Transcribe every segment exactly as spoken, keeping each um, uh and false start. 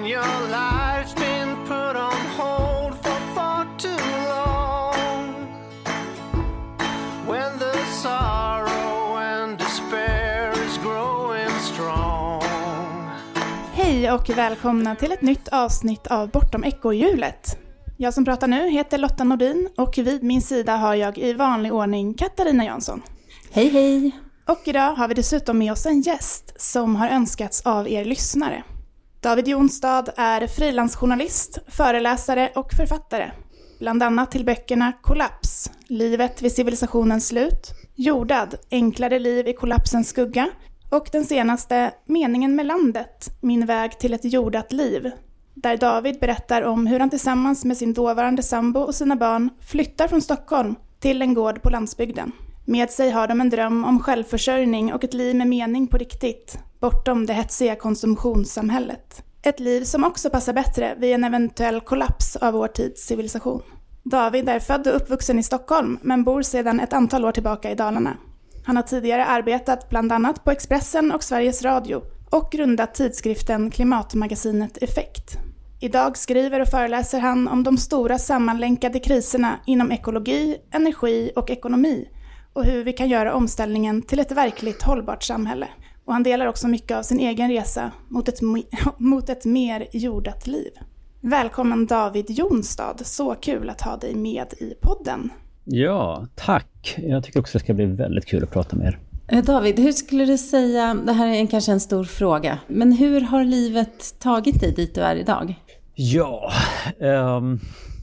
when your life's been put on hold for far too long, when the sorrow and despair is growing strong. Hej och välkomna till ett nytt avsnitt av Bortom ekorrhjulet. Jag som pratar nu heter Lotta Nordin och vid min sida har jag i vanlig ordning Katarina Jansson. Hej hej! Och idag har vi dessutom med oss en gäst som har önskats av er lyssnare. David Jonstad är frilansjournalist, föreläsare och författare. Bland annat till böckerna Kollaps, Livet vid civilisationens slut, Jordad, Enklare liv i kollapsens skugga och den senaste Meningen med landet, Min väg till ett jordat liv. Där David berättar om hur han tillsammans med sin dåvarande sambo och sina barn flyttar från Stockholm till en gård på landsbygden. Med sig har de en dröm om självförsörjning och ett liv med mening på riktigt, bortom det hetsiga konsumtionssamhället. Ett liv som också passar bättre vid en eventuell kollaps av vår tids civilisation. David är född och uppvuxen i Stockholm men bor sedan ett antal år tillbaka i Dalarna. Han har tidigare arbetat bland annat på Expressen och Sveriges Radio och grundat tidskriften Klimatmagasinet Effekt. Idag skriver och föreläser han om de stora sammanlänkade kriserna inom ekologi, energi och ekonomi och hur vi kan göra omställningen till ett verkligt hållbart samhälle. Och han delar också mycket av sin egen resa mot ett, mot ett mer jordat liv. Välkommen David Jonstad, så kul att ha dig med i podden. Ja, tack. Jag tycker också det ska bli väldigt kul att prata med er. David, hur skulle du säga, det här är en, kanske en stor fråga, men hur har livet tagit dig dit du är idag? Ja, um,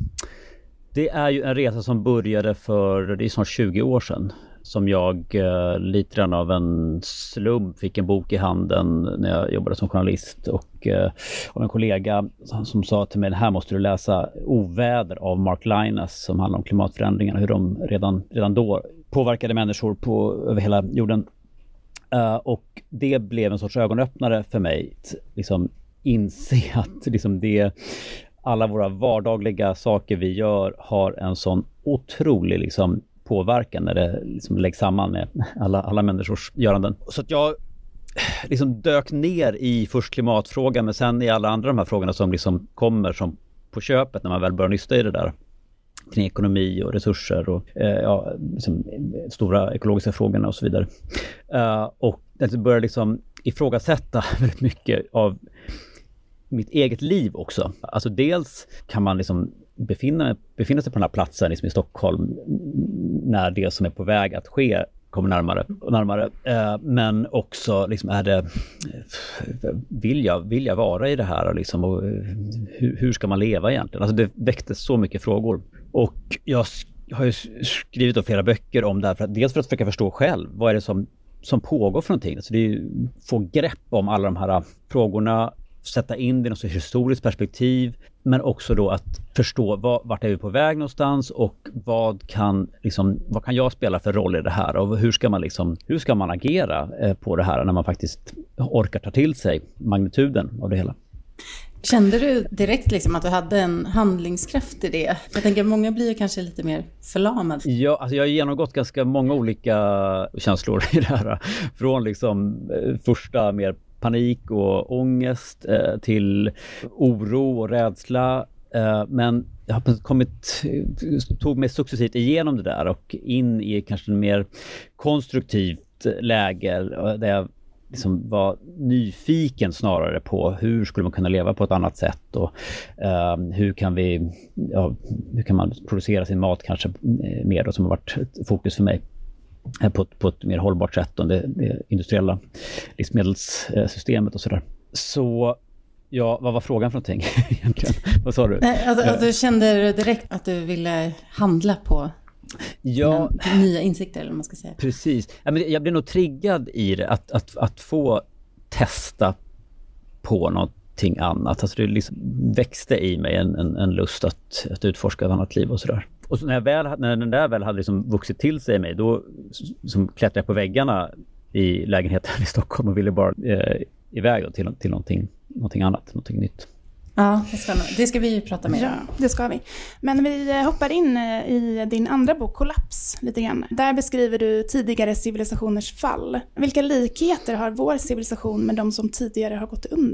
det är ju en resa som började för, det är snart tjugo år sedan. Som jag uh, lite grann av en slump fick en bok i handen när jag jobbade som journalist. Och uh, av en kollega som, som sa till mig, det här måste du läsa, Oväder av Mark Lynas, som handlar om klimatförändringarna. Hur de redan, redan då påverkade människor på, över hela jorden. Uh, och det blev en sorts ögonöppnare för mig. Liksom inse att liksom det, alla våra vardagliga saker vi gör har en sån otrolig liksom påverkan när det liksom läggs samman med alla, alla människors göranden. Så att jag liksom dök ner i först klimatfrågan, men sen i alla andra de här frågorna som liksom kommer som på köpet när man väl börjar nysta i det där kring ekonomi och resurser och eh, ja, liksom, stora ekologiska frågorna och så vidare. Uh, och det börjar liksom ifrågasätta väldigt mycket av mitt eget liv också. Alltså dels kan man liksom befinna, befinna sig på den här platsen liksom i Stockholm när det som är på väg att ske kommer närmare och närmare. Eh, men också liksom är det, vill jag, vill jag vara i det här liksom, och hur, hur ska man leva egentligen? Alltså det väckte så mycket frågor. Och jag har ju skrivit då flera böcker om det här, för att, dels för att försöka förstå själv, vad är det som, som pågår för någonting? Alltså det är ju få grepp om alla de här frågorna, sätta in det i något historiskt perspektiv, men också då att förstå vad, vart är vi på väg någonstans och vad kan, liksom, vad kan jag spela för roll i det här och hur ska man, liksom, hur ska man agera eh, på det här när man faktiskt orkar ta till sig magnituden av det hela. Kände du direkt liksom att du hade en handlingskraft i det? Jag tänker att många blir kanske lite mer förlamade. Ja, alltså jag har genomgått ganska många olika känslor i det här. Från liksom eh, första mer panik och ångest eh, till oro och rädsla. Eh, men jag har kommit, tog mig successivt igenom det där och in i kanske en mer konstruktivt läge där jag liksom var nyfiken snarare på hur skulle man kunna leva på ett annat sätt och eh, hur kan vi, ja, hur kan man producera sin mat kanske mer då, som har varit ett fokus för mig. På, på ett mer hållbart sätt än det, det industriella livsmedelssystemet och sådär. Så ja, vad var frågan för någonting egentligen? Vad sa du? Nej, alltså, alltså, du kände direkt att du ville handla på ja, nya insikter eller vad man ska säga. Precis. Jag blev nog triggad i det att, att, att få testa på någonting annat. Alltså det liksom växte i mig en, en, en lust att, att utforska ett annat liv och sådär. Och så när, jag väl, när den där väl hade liksom vuxit till sig i mig, då som klättrade jag på väggarna i lägenheten i Stockholm och ville bara eh, iväg då till, till någonting, någonting annat, någonting nytt. Ja, det ska, det ska vi ju prata mer om. Ja, det ska vi. Men vi hoppar in i din andra bok, Kollaps, lite grann. Där beskriver du tidigare civilisationers fall. Vilka likheter har vår civilisation med de som tidigare har gått under?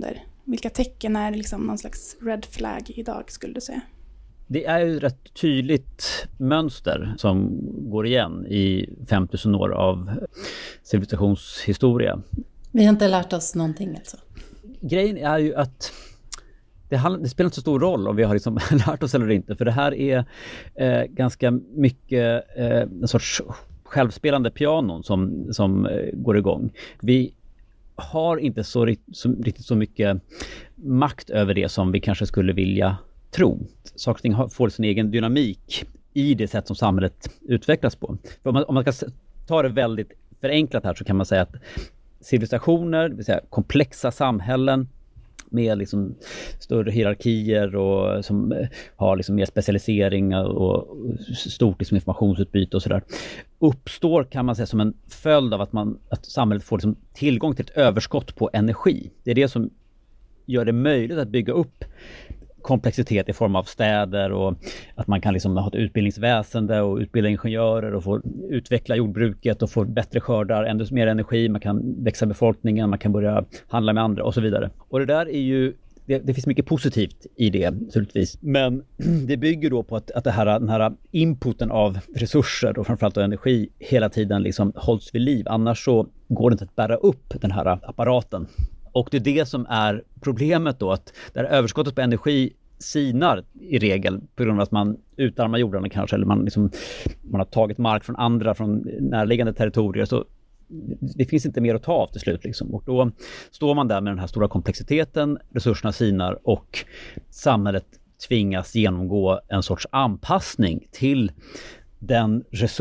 vilka tecken är liksom någon slags red flag idag, skulle du säga? Det är ju ett rätt tydligt mönster som går igen i femtusen år av civilisationshistoria. Vi har inte lärt oss någonting alltså. Grejen är ju att det, handl- det spelar inte så stor roll om vi har liksom lärt oss eller inte. För det här är eh, ganska mycket eh, en sorts självspelande pianon som, som eh, går igång. Vi har inte så, så, riktigt så mycket makt över det som vi kanske skulle vilja tro. Saker och ting har, får sin egen dynamik i det sätt som samhället utvecklas på. För om, man, om man ska ta det väldigt förenklat här så kan man säga att civilisationer, det vill säga komplexa samhällen med liksom större hierarkier och som har liksom mer specialisering och stort liksom informationsutbyte och sådär, uppstår kan man säga som en följd av att, man, att samhället får liksom tillgång till ett överskott på energi. Det är det som gör det möjligt att bygga upp komplexitet i form av städer och att man kan liksom ha ett utbildningsväsende och utbilda ingenjörer och få utveckla jordbruket och få bättre skördar, ännu mer energi, man kan växa befolkningen, man kan börja handla med andra och så vidare. Och det där är ju, det, det finns mycket positivt i det naturligtvis, men det bygger då på att, att det här, den här inputen av resurser och framförallt av energi hela tiden liksom hålls vid liv, annars så går det inte att bära upp den här apparaten. Och det är det som är problemet då, att det här överskottet på energi sinar i regel på grund av att man utarmar jordarna kanske, eller man, liksom, man har tagit mark från andra, från närliggande territorier, så det finns inte mer att ta av till slut. Liksom. Och då står man där med den här stora komplexiteten, resurserna sinar och samhället tvingas genomgå en sorts anpassning till den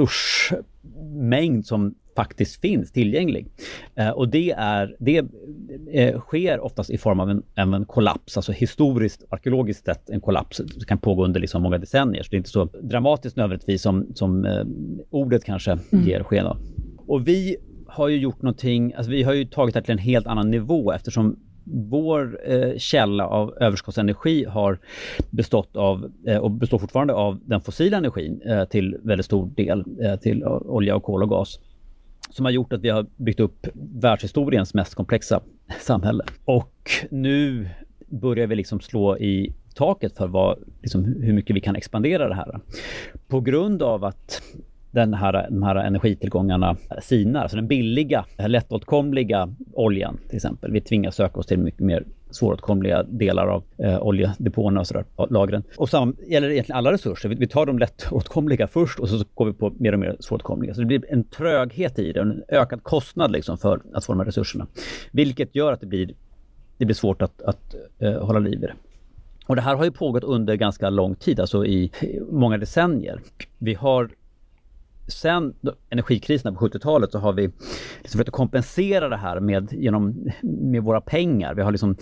resursmängd som faktiskt finns tillgänglig. Eh, och det, är, det eh, sker oftast i form av en, en kollaps, alltså historiskt, arkeologiskt sett en kollaps. Det kan pågå under liksom många decennier, så det är inte så dramatiskt nödvändigtvis som, som eh, ordet kanske mm. ger sken av. Och vi har ju gjort någonting, alltså vi har ju tagit det till en helt annan nivå eftersom vår eh, källa av överskottsenergi har bestått av eh, och består fortfarande av den fossila energin eh, till väldigt stor del, eh, till olja och kol och gas, som har gjort att vi har byggt upp världshistoriens mest komplexa samhälle. Och nu börjar vi liksom slå i taket för vad, liksom, hur mycket vi kan expandera det här. På grund av att den här, de här energitillgångarna sinar, alltså den billiga, lättåtkomliga oljan till exempel. Vi tvingas söka oss till mycket mer svåråtkomliga delar av eh, oljedepåerna och sådär, lagren. Och samma gäller egentligen alla resurser. Vi, vi tar de lättåtkomliga först och så, så går vi på mer och mer svåråtkomliga. Så det blir en tröghet i det, en ökad kostnad liksom för att få de här resurserna. Vilket gör att det blir, det blir svårt att, att eh, hålla liv i det. Och det här har ju pågått under ganska lång tid, alltså i många decennier. Vi har sen energikrisen på sjuttiotalet så har vi liksom försökt att kompensera det här med, genom, med våra pengar. Vi har liksom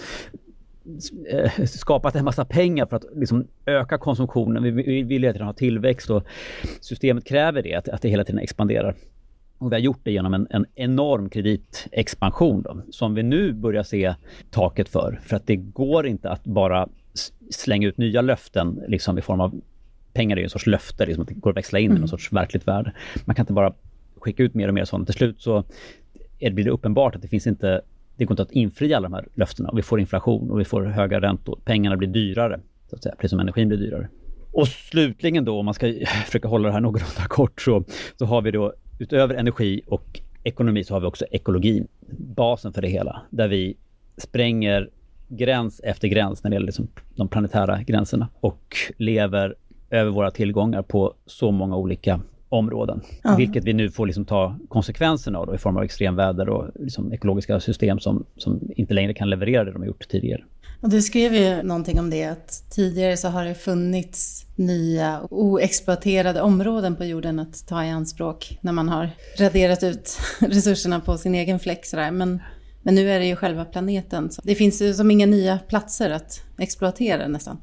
eh, skapat en massa pengar för att liksom öka konsumtionen. Vi, vi vill ju ha tillväxt och systemet kräver det, att, att det hela tiden expanderar. Och vi har gjort det genom en, en enorm kreditexpansion då, som vi nu börjar se taket för. För att det går inte att bara slänga ut nya löften liksom i form av pengar är ju en sorts löfte, liksom att det går att växla in mm. i någon sorts verkligt värde. Man kan inte bara skicka ut mer och mer sådant. Till slut så är det, blir det uppenbart att det finns inte, det går inte att infria alla de här löftena. Och vi får inflation och vi får höga räntor. Pengarna blir dyrare, så att säga, precis som energin blir dyrare. Och slutligen då, om man ska försöka hålla det här någorlunda kort, så, så har vi då utöver energi och ekonomi så har vi också ekologin, basen för det hela. Där vi spränger gräns efter gräns när det gäller liksom de planetära gränserna och lever över våra tillgångar på så många olika områden. Ja. Vilket vi nu får liksom ta konsekvenserna av då, i form av extremväder och liksom ekologiska system som, som inte längre kan leverera det de har gjort tidigare. Och du skrev ju någonting om det, att tidigare så har det funnits nya oexploaterade områden på jorden att ta i anspråk när man har raderat ut resurserna på sin egen fläck. Sådär. Men, men nu är det ju själva planeten. Så det finns ju som inga nya platser att exploatera nästan.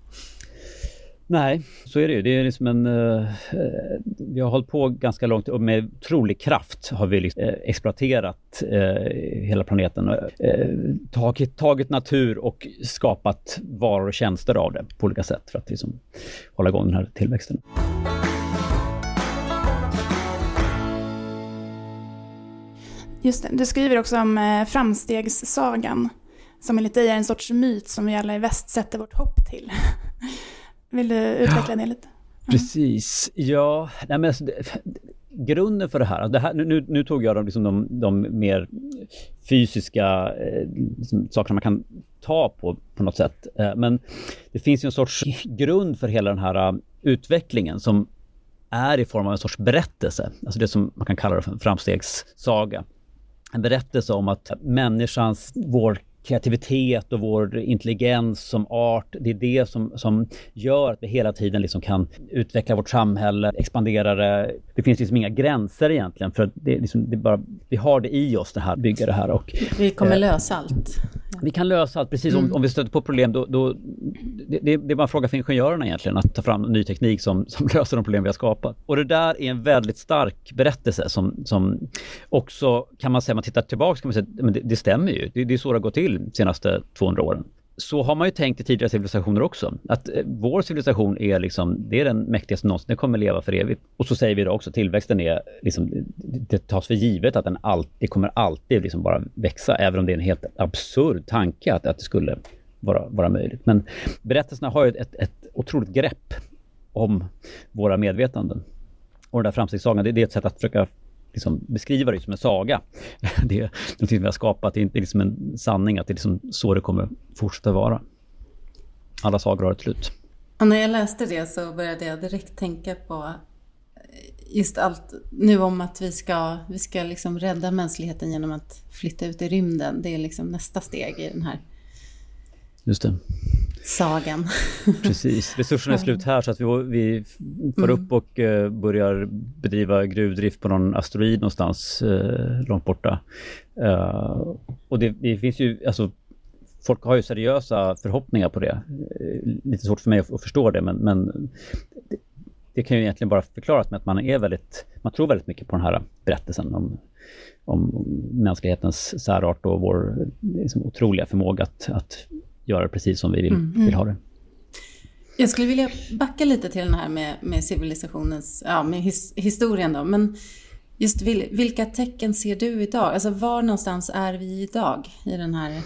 Nej, så är det ju. Det är liksom en, eh, vi har hållit på ganska långt och med otrolig kraft har vi liksom, eh, exploaterat eh, hela planeten. Eh, tagit, tagit natur och skapat varor och tjänster av det på olika sätt för att liksom, hålla igång den här tillväxten. Just det, du skriver också om eh, framstegssagan. som enligt dig är en sorts myt som vi alla i väst sätter vårt hopp till. Vill du utveckla ja, det lite? Mm. Precis, ja. Nej, men alltså, det, grunden för det här, det här nu, nu tog jag de, liksom de, de mer fysiska eh, liksom, sakerna man kan ta på på något sätt. Eh, men det finns ju en sorts grund för hela den här uh, utvecklingen som är i form av en sorts berättelse. Alltså det som man kan kalla det för en framstegssaga. En berättelse om att människans, vår kreativitet och vår intelligens som art, det är det som, som gör att vi hela tiden liksom kan utveckla vårt samhälle, expandera det. Det finns liksom inga gränser egentligen, för det är liksom, det är bara, vi har det i oss, det här, bygga det här. Och, vi kommer eh, lösa allt. Vi kan lösa allt, precis. Mm. Om, om vi stöter på problem, då, då det, det är bara en fråga för ingenjörerna egentligen, att ta fram ny teknik som, som löser de problem vi har skapat. Och det där är en väldigt stark berättelse som, som också, kan man säga, man tittar tillbaka, kan man säga, men det, det stämmer ju. Det, det är så det går till de senaste tvåhundra åren. Så har man ju tänkt i tidigare civilisationer också. Att eh, vår civilisation är liksom, det är den mäktigaste någonsin, den kommer leva för evigt. Och så säger vi då också, tillväxten är liksom, det tas för givet att den alltid kommer alltid liksom bara växa, även om det är en helt absurd tanke att, att det skulle vara, vara möjligt. Men berättelserna har ju ett, ett otroligt grepp om våra medvetanden. Och den där framstegssagan, det, det är ett sätt att försöka liksom beskriva det som en saga. Det är någonting vi har skapat, det är inte liksom en sanning, att det är liksom så det kommer fortsätta vara. Alla sagor har ett slut. Och när jag läste det så började jag direkt tänka på just allt nu om att vi ska, vi ska liksom rädda mänskligheten genom att flytta ut i rymden. Det är liksom nästa steg i den här Just det. sagan. Precis, resurserna är slut här, så att vi, vi får mm. upp och uh, börjar bedriva gruvdrift på någon asteroid någonstans uh, långt borta. Uh, och det, det finns ju, alltså, folk har ju seriösa förhoppningar på det. Uh, lite svårt för mig att, att förstå det, men, men det, det kan ju egentligen bara förklaras med att man är väldigt, man tror väldigt mycket på den här berättelsen om, om mänsklighetens särart och vår liksom, otroliga förmåga att, att göra precis som vi vill, mm. vill ha det. Jag skulle vilja backa lite till den här med, med civilisationens, ja, med his, historien då. Men just vil, vilka tecken ser du idag? Alltså var någonstans är vi idag i den här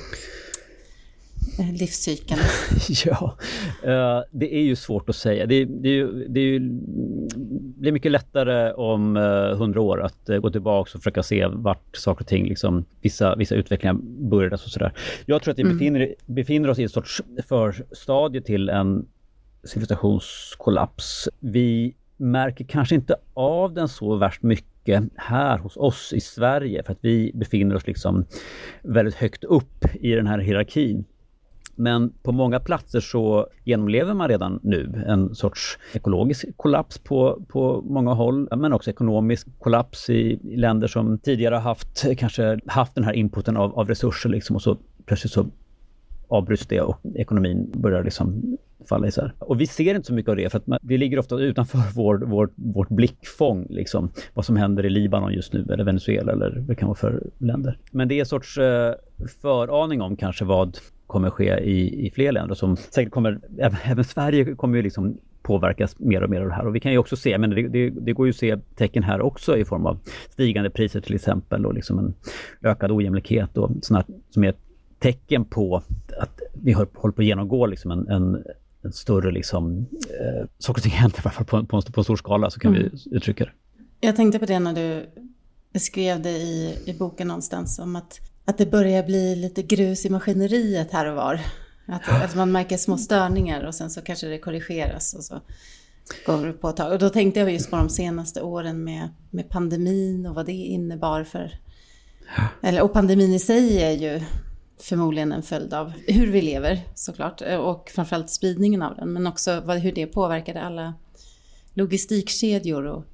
livscykeln? Ja, uh, det är ju svårt att säga. Det, det, är ju, det är ju, blir mycket lättare om hundra uh, år att uh, gå tillbaka och försöka se vart saker och ting, liksom, vissa, vissa utvecklingar började och sådär. Jag tror att vi mm. befinner, befinner oss i en sorts förstadie till en civilisationskollaps. Vi märker kanske inte av den så värst mycket här hos oss i Sverige, för att vi befinner oss liksom väldigt högt upp i den här hierarkin. Men på många platser så genomlever man redan nu en sorts ekologisk kollaps på, på många håll, men också ekonomisk kollaps i, i länder som tidigare har haft, kanske haft den här inputen av, av resurser liksom, och så plötsligt så avbryts det och ekonomin börjar liksom falla isär. Och vi ser inte så mycket av det, för att man, vi ligger ofta utanför vår, vår, vårt blickfång, liksom, vad som händer i Libanon just nu, eller Venezuela, eller vad det kan vara för länder. Men det är en sorts eh, föraning om kanske vad kommer ske i, i fler länder, som säkert kommer, även, även Sverige kommer ju liksom påverkas mer och mer av det här. Och vi kan ju också se, men det, det, det går ju att se tecken här också i form av stigande priser till exempel, och liksom en ökad ojämlikhet och sånt som är ett tecken på att vi håller på att genomgå liksom en, en, en större liksom, eh, saker som händer i alla fall på, på, en, på en stor skala, så kan mm. vi uttrycka det. Jag tänkte på det när du skrev det i, i boken någonstans, om att, att det börjar bli lite grus i maskineriet här och var. Att, ja. att man märker små störningar och sen så kanske det korrigeras och så går det på ett tag. Och då tänkte jag just på de senaste åren med, med pandemin och vad det innebar för... Ja. Eller, och pandemin i sig är ju förmodligen en följd av hur vi lever såklart, och framförallt spridningen av den, men också vad, hur det påverkade alla logistikkedjor och,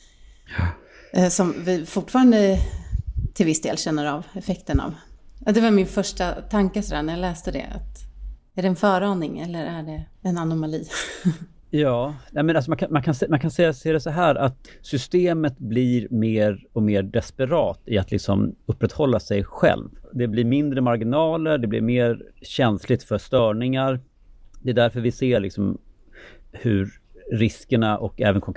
ja. som vi fortfarande till viss del känner av effekten av. Det var min första tanke sådär när jag läste det, att är det en föraning eller är det en anomali? Ja, men alltså man kan, man kan, man kan säga, se det så här, att systemet blir mer och mer desperat i att liksom upprätthålla sig själv. Det blir mindre marginaler, det blir mer känsligt för störningar. Det är därför vi ser liksom hur riskerna och även konkret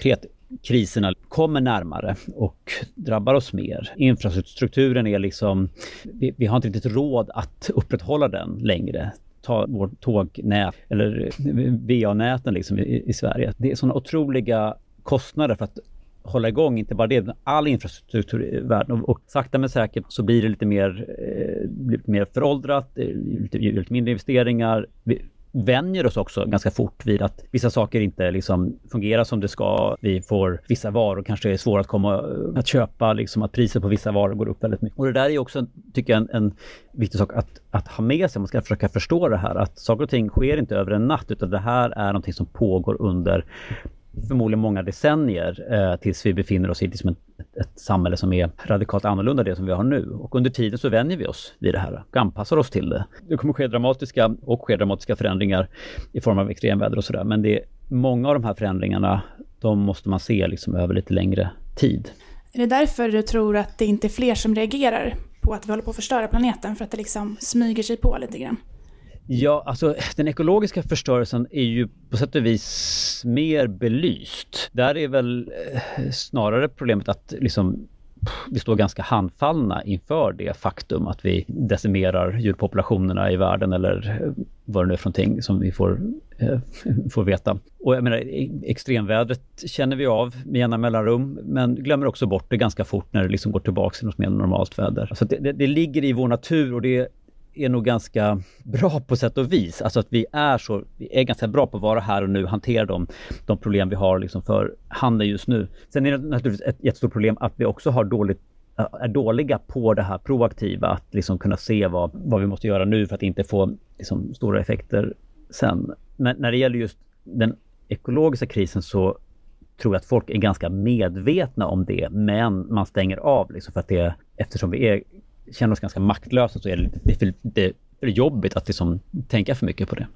kriserna kommer närmare och drabbar oss mer. Infrastrukturen är liksom, vi, vi har inte riktigt råd att upprätthålla den längre. Ta vårt tågnät eller V A-näten liksom i, i Sverige. Det är sådana otroliga kostnader för att hålla igång, inte bara det, utan all infrastruktur i världen. Och, och sakta men säkert så blir det lite mer, eh, lite mer föråldrat, lite, lite mindre investeringar. Vi vänjer oss också ganska fort vid att vissa saker inte liksom fungerar som det ska. Vi får vissa varor, kanske är svåra att komma att köpa, liksom att priset på vissa varor går upp väldigt mycket. Och det där är också, tycker jag, en, en viktig sak att, att ha med sig. Man ska försöka förstå det här, att saker och ting sker inte över en natt, utan det här är någonting som pågår under förmodligen många decennier eh, tills vi befinner oss i liksom ett, ett samhälle som är radikalt annorlunda det som vi har nu. Och under tiden så vänjer vi oss vid det här och anpassar oss till det. Det kommer ske dramatiska och sker dramatiska förändringar i form av extremväder och sådär. Men det är, många av de här förändringarna, de måste man se liksom över lite längre tid. Är det därför du tror att det inte är fler som reagerar på att vi håller på att förstöra planeten, för att det liksom smyger sig på lite grann? Ja, alltså den ekologiska förstörelsen är ju på sätt och vis mer belyst. Där är väl eh, snarare problemet att liksom, vi står ganska handfallna inför det faktum att vi decimerar djurpopulationerna i världen, eller vad det nu är för någonting som vi får, eh, får veta. Och jag menar, extremvädret känner vi av med jämna mellanrum, men glömmer också bort det ganska fort när det liksom går tillbaka till något mer normalt väder. Så det, det, det ligger i vår natur, och det är nog ganska bra på sätt och vis. Alltså att vi är så, vi är ganska bra på att vara här och nu, hantera de, de problem vi har liksom för handen just nu. Sen är det naturligtvis ett jättestort problem att vi också har dåligt, är dåliga på det här proaktiva, att liksom kunna se vad, vad vi måste göra nu för att inte få liksom stora effekter sen. Men när det gäller just den ekologiska krisen så tror jag att folk är ganska medvetna om det, men man stänger av liksom för att det, eftersom vi är känner oss ganska maktlösa, så är det, det, är, det är jobbigt att liksom tänka för mycket på det.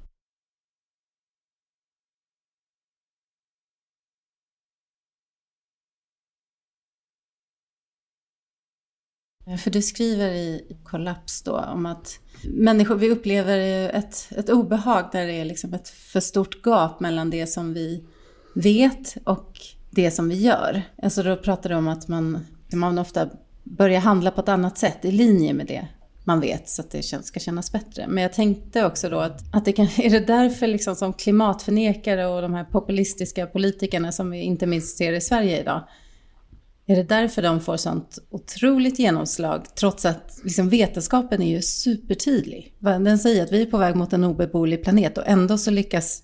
För du skriver i Kollaps då om att människor, vi upplever ett, ett obehag där det är liksom ett för stort gap mellan det som vi vet och det som vi gör. Alltså då pratar du om att man, man ofta börja handla på ett annat sätt i linje med det man vet, så att det ska kännas bättre. Men jag tänkte också då att, att det kan, är det därför liksom som klimatförnekare och de här populistiska politikerna som vi inte minst ser i Sverige idag, är det därför de får sånt otroligt genomslag, trots att liksom vetenskapen är ju supertydlig. Den säger att vi är på väg mot en obeboelig planet, och ändå så lyckas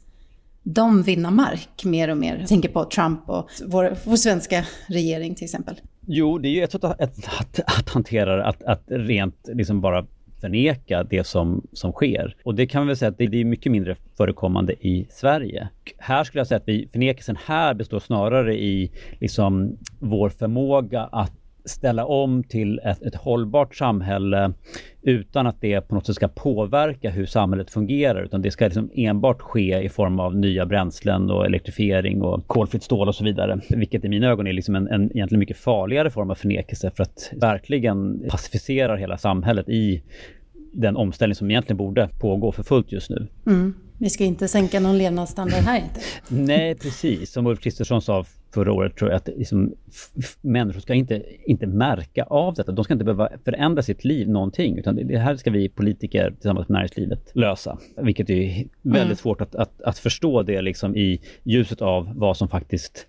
de vinna mark mer och mer. Jag tänker på Trump och vår, vår svenska regering till exempel. Jo, det är ju ett sätt att, att, att, att hantera att, att rent liksom bara förneka det som, som sker. Och det kan man väl säga att det, det är mycket mindre förekommande i Sverige. Här skulle jag säga att vi, förnekelsen här består snarare i liksom vår förmåga att ställa om till ett, ett hållbart samhälle utan att det på något sätt ska påverka hur samhället fungerar, utan det ska liksom enbart ske i form av nya bränslen och elektrifiering och kolfritt stål och så vidare, vilket i mina ögon är liksom en, en egentligen mycket farligare form av förnekelse, för att verkligen pacificerar hela samhället i den omställning som egentligen borde pågå för fullt just nu. Mm. Vi ska inte sänka någon levnadsstandard här inte. Nej, precis. Som Ulf Kristersson sa förra året, tror jag att liksom, f- människor ska inte, inte märka av detta. De ska inte behöva förändra sitt liv någonting, utan det, det här ska vi politiker tillsammans med näringslivet lösa. Vilket är väldigt mm. svårt att, att, att förstå det liksom i ljuset av vad som faktiskt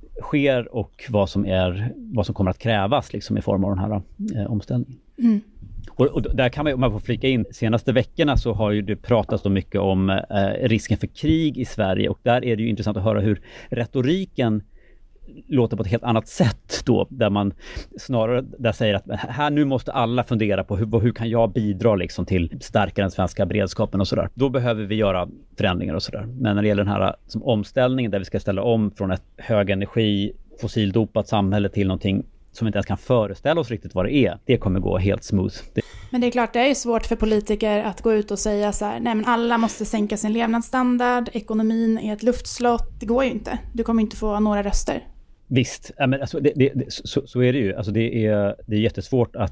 sker och vad som, är, vad som kommer att krävas liksom, i form av den här eh, omställningen. Mm. Och, och där kan man, om man får flika in, senaste veckorna så har ju det pratats så mycket om eh, risken för krig i Sverige, och där är det ju intressant att höra hur retoriken låter på ett helt annat sätt då, där man snarare där säger att här nu måste alla fundera på hur, hur kan jag bidra liksom till stärka den svenska beredskapen och sådär. Då behöver vi göra förändringar och sådär. Men när det gäller den här som omställningen där vi ska ställa om från ett högenergi, fossildopat samhälle till någonting som vi inte ens kan föreställa oss riktigt vad det är, det kommer gå helt smooth. Det... Men det är klart, det är ju svårt för politiker att gå ut och säga så här: nej men alla måste sänka sin levnadsstandard, ekonomin är ett luftslott. Det går ju inte. Du kommer inte få några röster. Visst, ja, men alltså det, det, det, så, så är det ju. Alltså det, är, det är jättesvårt att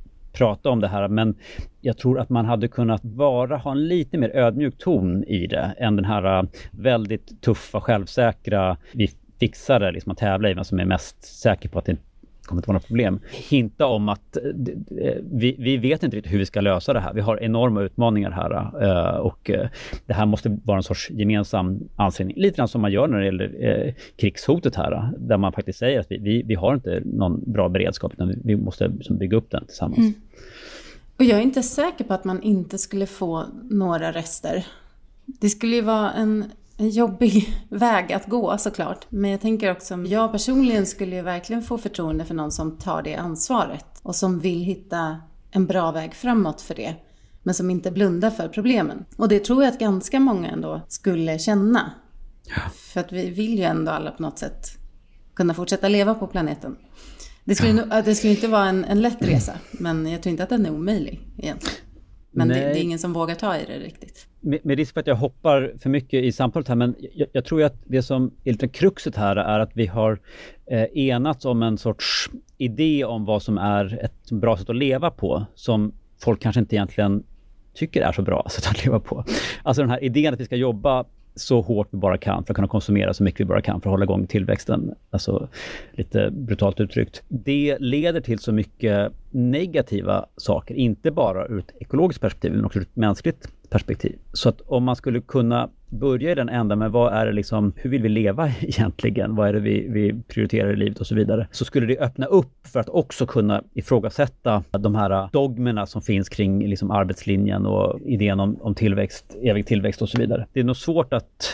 prata om det här, men jag tror att man hade kunnat vara, ha en lite mer ödmjuk ton i det än den här väldigt tuffa, självsäkra, vi fixa det, liksom att tävla i vem som är mest säker på att det kommer att vara några problem. Hinta om att vi, vi vet inte riktigt hur vi ska lösa det här. Vi har enorma utmaningar här och det här måste vara en sorts gemensam ansträngning. Lite grann som man gör när det gäller krigshotet här, där man faktiskt säger att vi, vi, vi har inte någon bra beredskap, utan vi måste liksom bygga upp den tillsammans. Mm. Och jag är inte säker på att man inte skulle få några rester. Det skulle ju vara en En jobbig väg att gå såklart. Men jag tänker också, jag personligen skulle ju verkligen få förtroende för någon som tar det ansvaret. Och som vill hitta en bra väg framåt för det. Men som inte blundar för problemen. Och det tror jag att ganska många ändå skulle känna. Ja. För att vi vill ju ändå alla på något sätt kunna fortsätta leva på planeten. Det skulle, ja. det skulle inte vara en, en lätt resa. Men jag tror inte att den är omöjlig egentligen. Men det, det är ingen som vågar ta i det riktigt. Med, med risk för att jag hoppar för mycket i samtalet här, men jag, jag tror att det som är lite kruxet här är att vi har eh, enats om en sorts idé om vad som är ett bra sätt att leva på, som folk kanske inte egentligen tycker är så bra sätt att leva på. Alltså den här idén att vi ska jobba så hårt vi bara kan för att kunna konsumera så mycket vi bara kan för att hålla igång tillväxten, alltså lite brutalt uttryckt. Det leder till så mycket negativa saker, inte bara ur ett ekologiskt perspektiv men också ur ett mänskligt perspektiv. Så att om man skulle kunna börja i den ända med vad är det liksom, hur vill vi leva egentligen? Vad är det vi, vi prioriterar i livet och så vidare? Så skulle det öppna upp för att också kunna ifrågasätta de här dogmerna som finns kring liksom arbetslinjen och idén om, om tillväxt, evig tillväxt och så vidare. Det är nog svårt att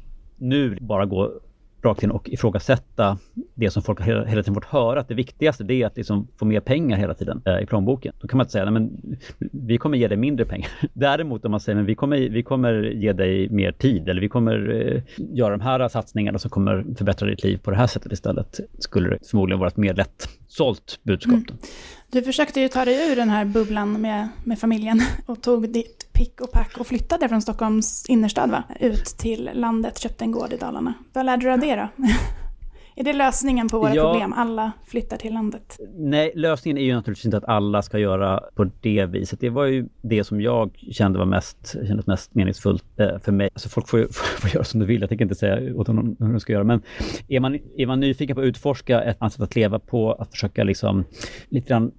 nu bara gå rakt in och ifrågasätta det som folk hela, hela tiden fått höra, att det viktigaste det är att liksom få mer pengar hela tiden eh, i plånboken. Då kan man inte säga, nej, men vi kommer ge dig mindre pengar. Däremot om man säger, men vi kommer, vi kommer ge dig mer tid, eller vi kommer eh, göra de här satsningarna som kommer förbättra ditt liv på det här sättet istället, skulle det förmodligen vara ett mer lätt sålt budskap. Mm. Du försökte ju ta dig ur den här bubblan med, med familjen och tog ditt pick och pack och flyttade från Stockholms innerstad, va? Ut till landet, köpte en gård i Dalarna. Vad lärde du av det då? Är det lösningen på våra ja, problem? Alla flyttar till landet. Nej, lösningen är ju naturligtvis inte att alla ska göra på det viset. Det var ju det som jag kände var mest, kändes mest meningsfullt eh, för mig. Alltså folk får, får, får göra som de vill. Jag tänker inte säga åt dem hur de ska göra. Men är man, är man nyfiken på att utforska ett annat sätt att leva på, att försöka liksom lite grann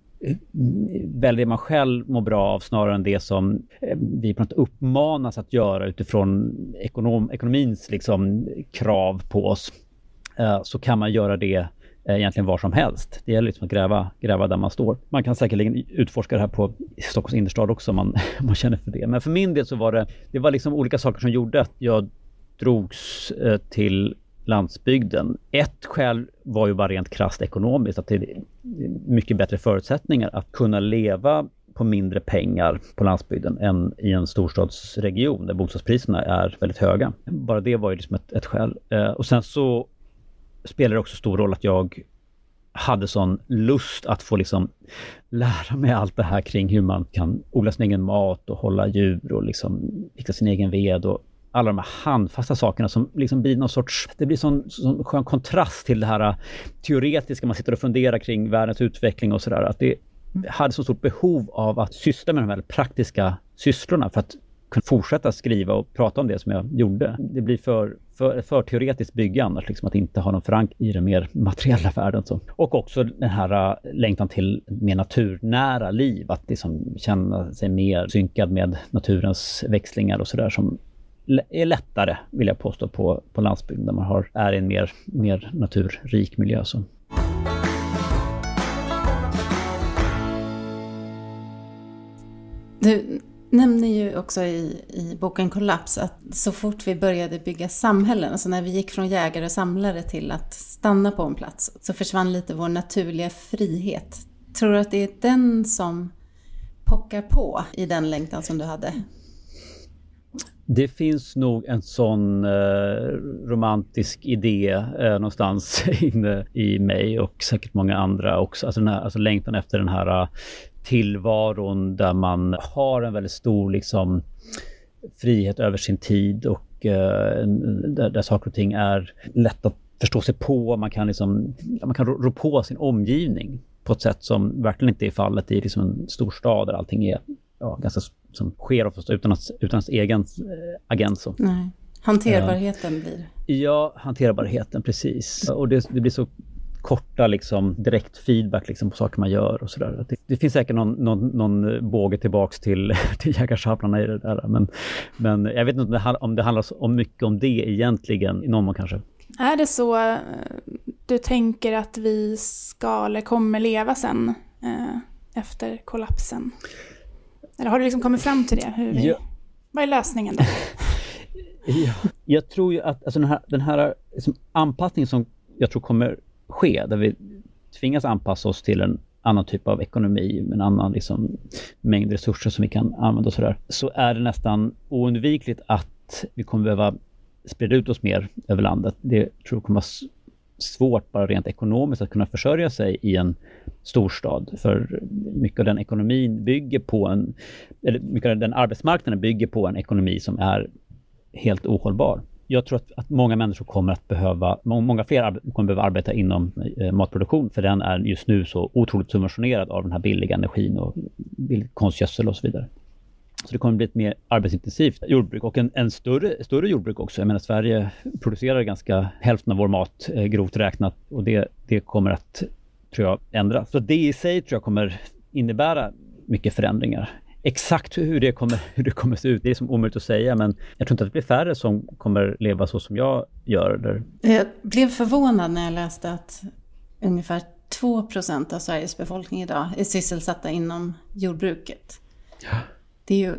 välja man själv mår bra av snarare än det som vi på något uppmanas att göra utifrån ekonom, ekonomins liksom krav på oss, så kan man göra det egentligen var som helst. Det gäller liksom att gräva, gräva där man står. Man kan säkerligen utforska det här på Stockholms innerstad också om man, om man känner för det. Men för min del så var det, det var liksom olika saker som gjorde att jag drogs till landsbygden. Ett skäl var ju bara rent krasst ekonomiskt, att det är mycket bättre förutsättningar att kunna leva på mindre pengar på landsbygden än i en storstadsregion där bostadspriserna är väldigt höga. Bara det var ju liksom ett, ett skäl. Eh, och sen så spelar det också stor roll att jag hade sån lust att få liksom lära mig allt det här kring hur man kan odla sin egen mat och hålla djur och liksom fixa sin egen ved och alla de här handfasta sakerna som liksom blir någon sorts, det blir sån, sån skön kontrast till det här teoretiska, man sitter och funderar kring världens utveckling och sådär, att det hade så stort behov av att syssla med de här praktiska sysslorna för att kunna fortsätta skriva och prata om det som jag gjorde. Det blir för, för, för teoretiskt bygge annars, liksom att inte ha någon förankring i den mer materiella världen. Så. Och också den här längtan till mer naturnära liv, att liksom känna sig mer synkad med naturens växlingar och sådär som är lättare, vill jag påstå, på, på landsbygden där man har, är en mer, mer naturrik miljö. Så. Du nämner ju också i, i boken Kollaps att så fort vi började bygga samhällen, alltså när vi gick från jägare och samlare till att stanna på en plats, så försvann lite vår naturliga frihet. Tror du att det är den som pockar på i den längtan som du hade? Det finns nog en sån eh, romantisk idé eh, någonstans inne i mig och säkert många andra också. Alltså, den här, alltså längtan efter den här uh, tillvaron där man har en väldigt stor liksom, frihet över sin tid och eh, där, där saker och ting är lätt att förstå sig på. Man kan, liksom, man kan rå, rå på sin omgivning på ett sätt som verkligen inte är fallet i liksom, en stor stad där allting är ja, ganska som sker oftast utan att, utan ens egen äh, agens. Nej. Hanterbarheten uh, blir. Ja, hanterbarheten, precis. Och det, det blir så korta liksom, direkt feedback liksom, på saker man gör och sådär. Det, det finns säkert någon, någon, någon båge tillbaks till, till jägarsamlarna i det där. Men, men jag vet inte om det, om det handlar om mycket om det egentligen i någon mån kanske. Är det så du tänker att vi ska eller kommer leva sen eh, efter kollapsen? Eller har du liksom kommit fram till det? Hur vi, ja. Vad är lösningen där? Ja, jag tror ju att alltså den här, den här liksom, anpassningen som jag tror kommer ske, där vi tvingas anpassa oss till en annan typ av ekonomi med en annan liksom, mängd resurser som vi kan använda och sådär, så är det nästan oundvikligt att vi kommer behöva sprida ut oss mer över landet. Det tror jag kommer vara svårt bara rent ekonomiskt att kunna försörja sig i en storstad, för mycket av den ekonomin bygger på en, eller mycket av den arbetsmarknaden bygger på en ekonomi som är helt ohållbar. Jag tror att, att många människor kommer att behöva, många fler ar- kommer behöva arbeta inom eh, matproduktion, för den är just nu så otroligt subventionerad av den här billiga energin och billig konstgödsel och så vidare. Så det kommer bli ett mer arbetsintensivt jordbruk och en, en större, större jordbruk också. Jag menar, Sverige producerar ganska hälften av vår mat eh, grovt räknat, och det, det kommer att, tror jag, ändras. Så det i sig tror jag kommer innebära mycket förändringar. Exakt hur det kommer, hur det kommer se ut, det är som omöjligt att säga, men jag tror inte att det blir färre som kommer leva så som jag gör. Där. Jag blev förvånad när jag läste att ungefär två procent av Sveriges befolkning idag är sysselsatta inom jordbruket. Ja. Det är ju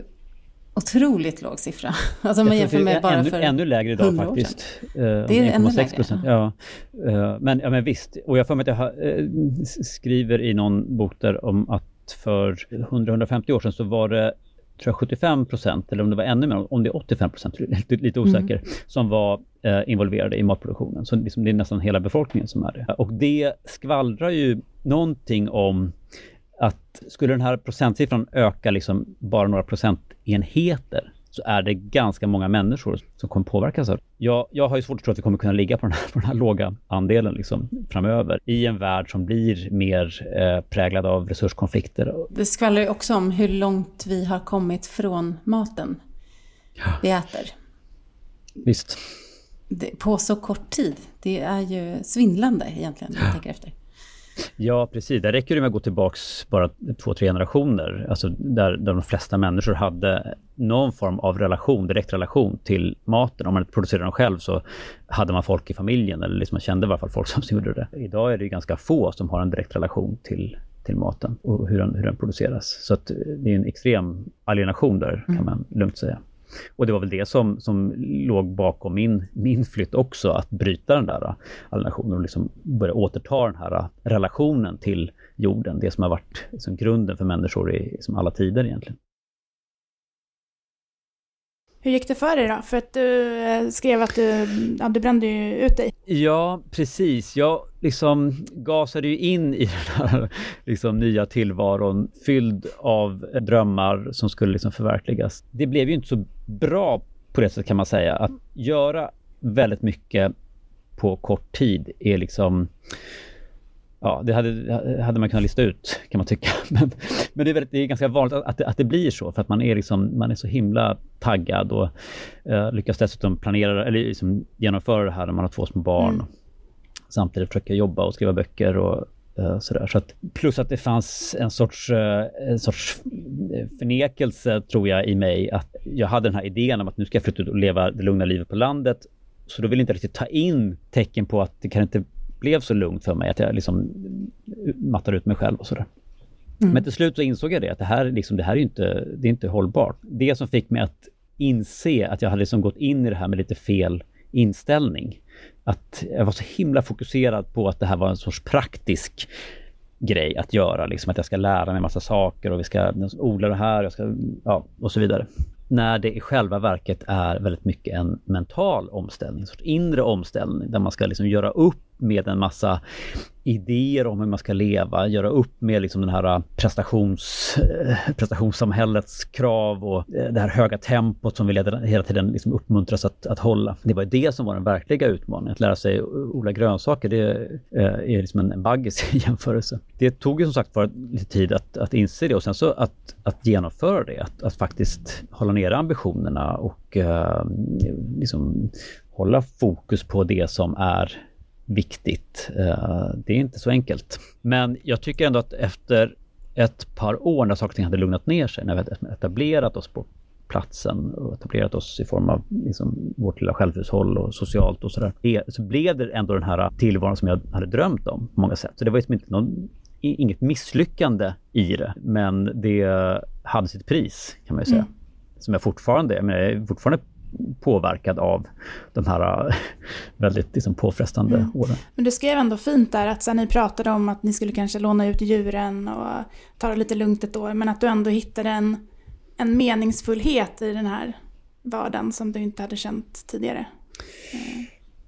otroligt låg siffra. Alltså man jämför med bara ännu, för ännu lägre idag faktiskt. Det är ännu lägre. procent. Ja. Ja. Men, ja, men visst. Och jag får med att jag äh, skriver i någon bok där om att för hundra till hundrafemtio år sedan så var det, tror jag, sjuttiofem procent, eller om det var ännu mer, om det är åttiofem procent, lite, lite osäker, mm. som var eh, involverade i matproduktionen. Så liksom, det är nästan hela befolkningen som är det. Och det skvallrar ju någonting om att skulle den här procentsiffran öka liksom bara några procentenheter, så är det ganska många människor som kommer påverkas av det. Jag, jag har ju svårt att tro att vi kommer kunna ligga på den här, på den här låga andelen liksom framöver i en värld som blir mer eh, präglad av resurskonflikter. Det skvallrar ju också om hur långt vi har kommit från maten ja. vi äter. Visst. Det, på så kort tid. Det är ju svindlande egentligen, när jag tänker efter. Ja, precis. Det räcker det med att gå tillbaks bara två, tre generationer. Alltså där, där de flesta människor hade någon form av relation, direkt relation till maten. Om man inte producerade den själv så hade man folk i familjen, eller liksom man kände i alla fall folk som gjorde det. Idag är det ju ganska få som har en direkt relation till, till maten och hur den, hur den produceras. Så att det är en extrem alienation där, kan man lugnt säga. Och det var väl det som, som låg bakom min, min flytt också, att bryta den där alienationen och liksom börja återta den här relationen till jorden, det som har varit liksom grunden för människor i liksom alla tider egentligen. Hur gick det för dig då? För att du skrev att du, ja, du brände ju ut dig. Ja, precis. Jag liksom gasade ju in i den här liksom nya tillvaron, fylld av drömmar som skulle liksom förverkligas. Det blev ju inte så bra på det sättet, kan man säga. Att göra väldigt mycket på kort tid är liksom... Ja, det hade, hade man kunnat lista ut, kan man tycka. Men, men det, är väldigt, det är ganska vanligt att, att, det, att det blir så. För att man är, liksom, man är så himla taggad och uh, lyckas dessutom planera eller liksom genomföra det här när man har två små barn. Mm. Samtidigt försöka jobba och skriva böcker och uh, sådär. Så att, plus att det fanns en sorts, uh, en sorts förnekelse, tror jag, i mig. Att jag hade den här idén om att nu ska jag flytta ut och leva det lugna livet på landet. Så då vill jag inte riktigt ta in tecken på att det kan inte blev så lugnt för mig, att jag liksom mattar ut mig själv och sådär. Mm. Men till slut så insåg jag det, att det här, liksom, det här är ju inte, det är inte hållbart. Det som fick mig att inse att jag hade liksom gått in i det här med lite fel inställning. Att jag var så himla fokuserad på att det här var en sorts praktisk grej att göra. Liksom, att jag ska lära mig en massa saker och vi ska odla det här jag ska, ja, och så vidare. När det i själva verket är väldigt mycket en mental omställning, en sorts inre omställning där man ska liksom göra upp med en massa idéer om hur man ska leva, göra upp med liksom den här prestations, prestationssamhällets krav och det här höga tempot som vi hela tiden liksom uppmuntras att, att hålla. Det var det som var den verkliga utmaningen. Att lära sig odla grönsaker, det är liksom en, en baggis i jämförelse. Det tog ju som sagt för lite tid att, att inse det och sen så att, att genomföra det, att, att faktiskt hålla ner ambitionerna och uh, liksom hålla fokus på det som är viktigt. Det är inte så enkelt. Men jag tycker ändå att efter ett par år när saker och ting hade lugnat ner sig, när vi hade etablerat oss på platsen och etablerat oss i form av liksom vårt lilla självhushåll och socialt och sådär, så blev det ändå den här tillvaron som jag hade drömt om på många sätt. Så det var liksom inte någon, inget misslyckande i det, men det hade sitt pris kan man ju säga. Mm. Som jag fortfarande, jag menar, jag är fortfarande påverkad av de här väldigt liksom, påfrestande mm. åren. Men du skrev ändå fint där att sen ni pratade om att ni skulle kanske låna ut djuren och ta det lite lugnt ett år, men att du ändå hittade en, en meningsfullhet i den här vardagen som du inte hade känt tidigare. Mm.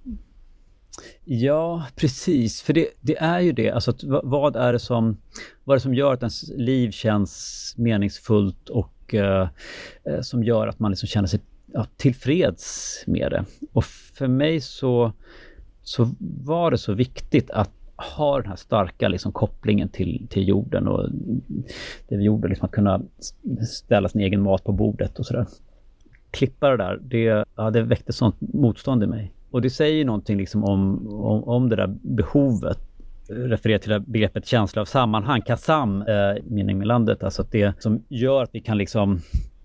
Ja, precis. För det, det är ju det. Alltså, att, vad, är det som, vad är det som gör att ens liv känns meningsfullt och eh, som gör att man liksom känner sig ja, tillfreds med det. Och för mig så, så var det så viktigt att ha den här starka liksom, kopplingen till, till jorden och det vi gjorde, liksom, att kunna ställa sin egen mat på bordet och sådär. Klippa det där, det, ja, det väckte sånt motstånd i mig. Och det säger någonting liksom om, om, om det där behovet, refererar till det begreppet känsla av sammanhang, KASAM, eh, mening med landet, alltså att det som gör att vi kan liksom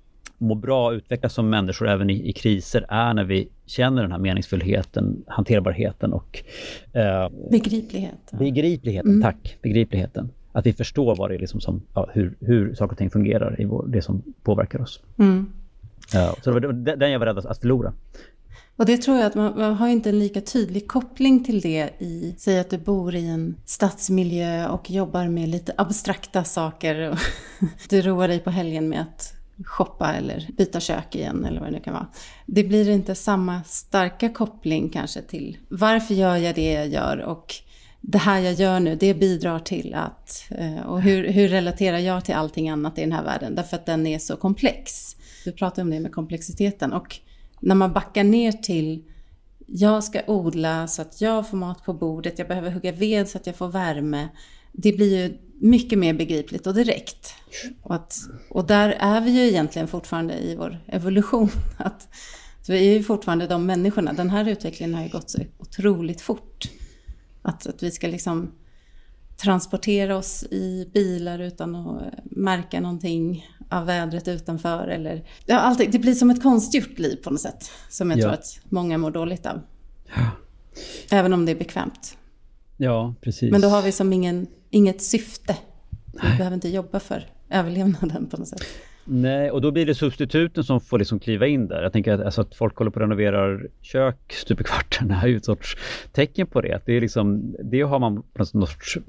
må bra, utvecklas som människor även i, i kriser är när vi känner den här meningsfullheten, hanterbarheten och eh, begripligheten. Begripligheten, mm. tack. Begripligheten. Att vi förstår vad det är liksom som, ja, hur, hur saker och ting fungerar i vår, det som påverkar oss. Mm. Ja, så det var den jag var rädd att förlora. Och det tror jag att man, man har inte en lika tydlig koppling till det i, säg att du bor i en stadsmiljö och jobbar med lite abstrakta saker och du roar dig på helgen med att shoppa eller byta kök igen eller vad det nu kan vara. Det blir inte samma starka koppling kanske till varför gör jag det jag gör och det här jag gör nu, det bidrar till att, och hur, hur relaterar jag till allting annat i den här världen, därför att den är så komplex. Du pratar om det med komplexiteten och när man backar ner till jag ska odla så att jag får mat på bordet, jag behöver hugga ved så att jag får värme, det blir ju mycket mer begripligt och direkt. Och, att, och där är vi ju egentligen fortfarande i vår evolution. Att, så vi är ju fortfarande de människorna. Den här utvecklingen har ju gått så otroligt fort. Att, att vi ska liksom transportera oss i bilar utan att märka någonting av vädret utanför. Eller, ja, alltid, det blir som ett konstgjort liv på något sätt. Som jag ja. tror att många mår dåligt av. Ja. Även om det är bekvämt. Ja, precis. Men då har vi som ingen, inget syfte. Vi Nej. behöver inte jobba för överlevnaden på något sätt. Nej, och då blir det substituten som får liksom kliva in där. Jag tänker att, alltså, att folk håller på att renovera kök stup i kvarten är ju ett sorts tecken på det. Det, är liksom, det har man på något sorts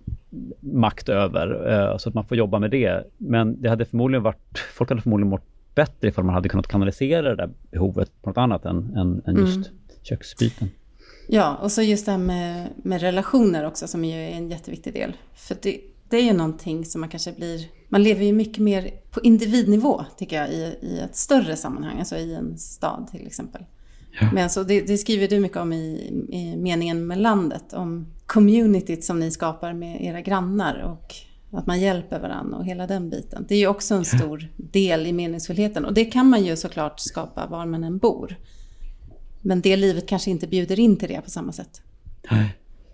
makt över, eh, så att man får jobba med det. Men det hade förmodligen varit, folk hade förmodligen mått bättre ifall man hade kunnat kanalisera det där behovet på något annat än, än, än just mm. köksbyten. Ja, och så just det här med, med relationer också som ju är en jätteviktig del. För det, det är ju någonting som man kanske blir... Man lever ju mycket mer på individnivå tycker jag i, i ett större sammanhang. Alltså i en stad till exempel. Ja. Men så det, det skriver du mycket om i, i meningen med landet. Om communityt som ni skapar med era grannar och att man hjälper varandra och hela den biten. Det är ju också en stor del i meningsfullheten. Och det kan man ju såklart skapa var man än bor. Men det livet kanske inte bjuder in till det på samma sätt. Nej,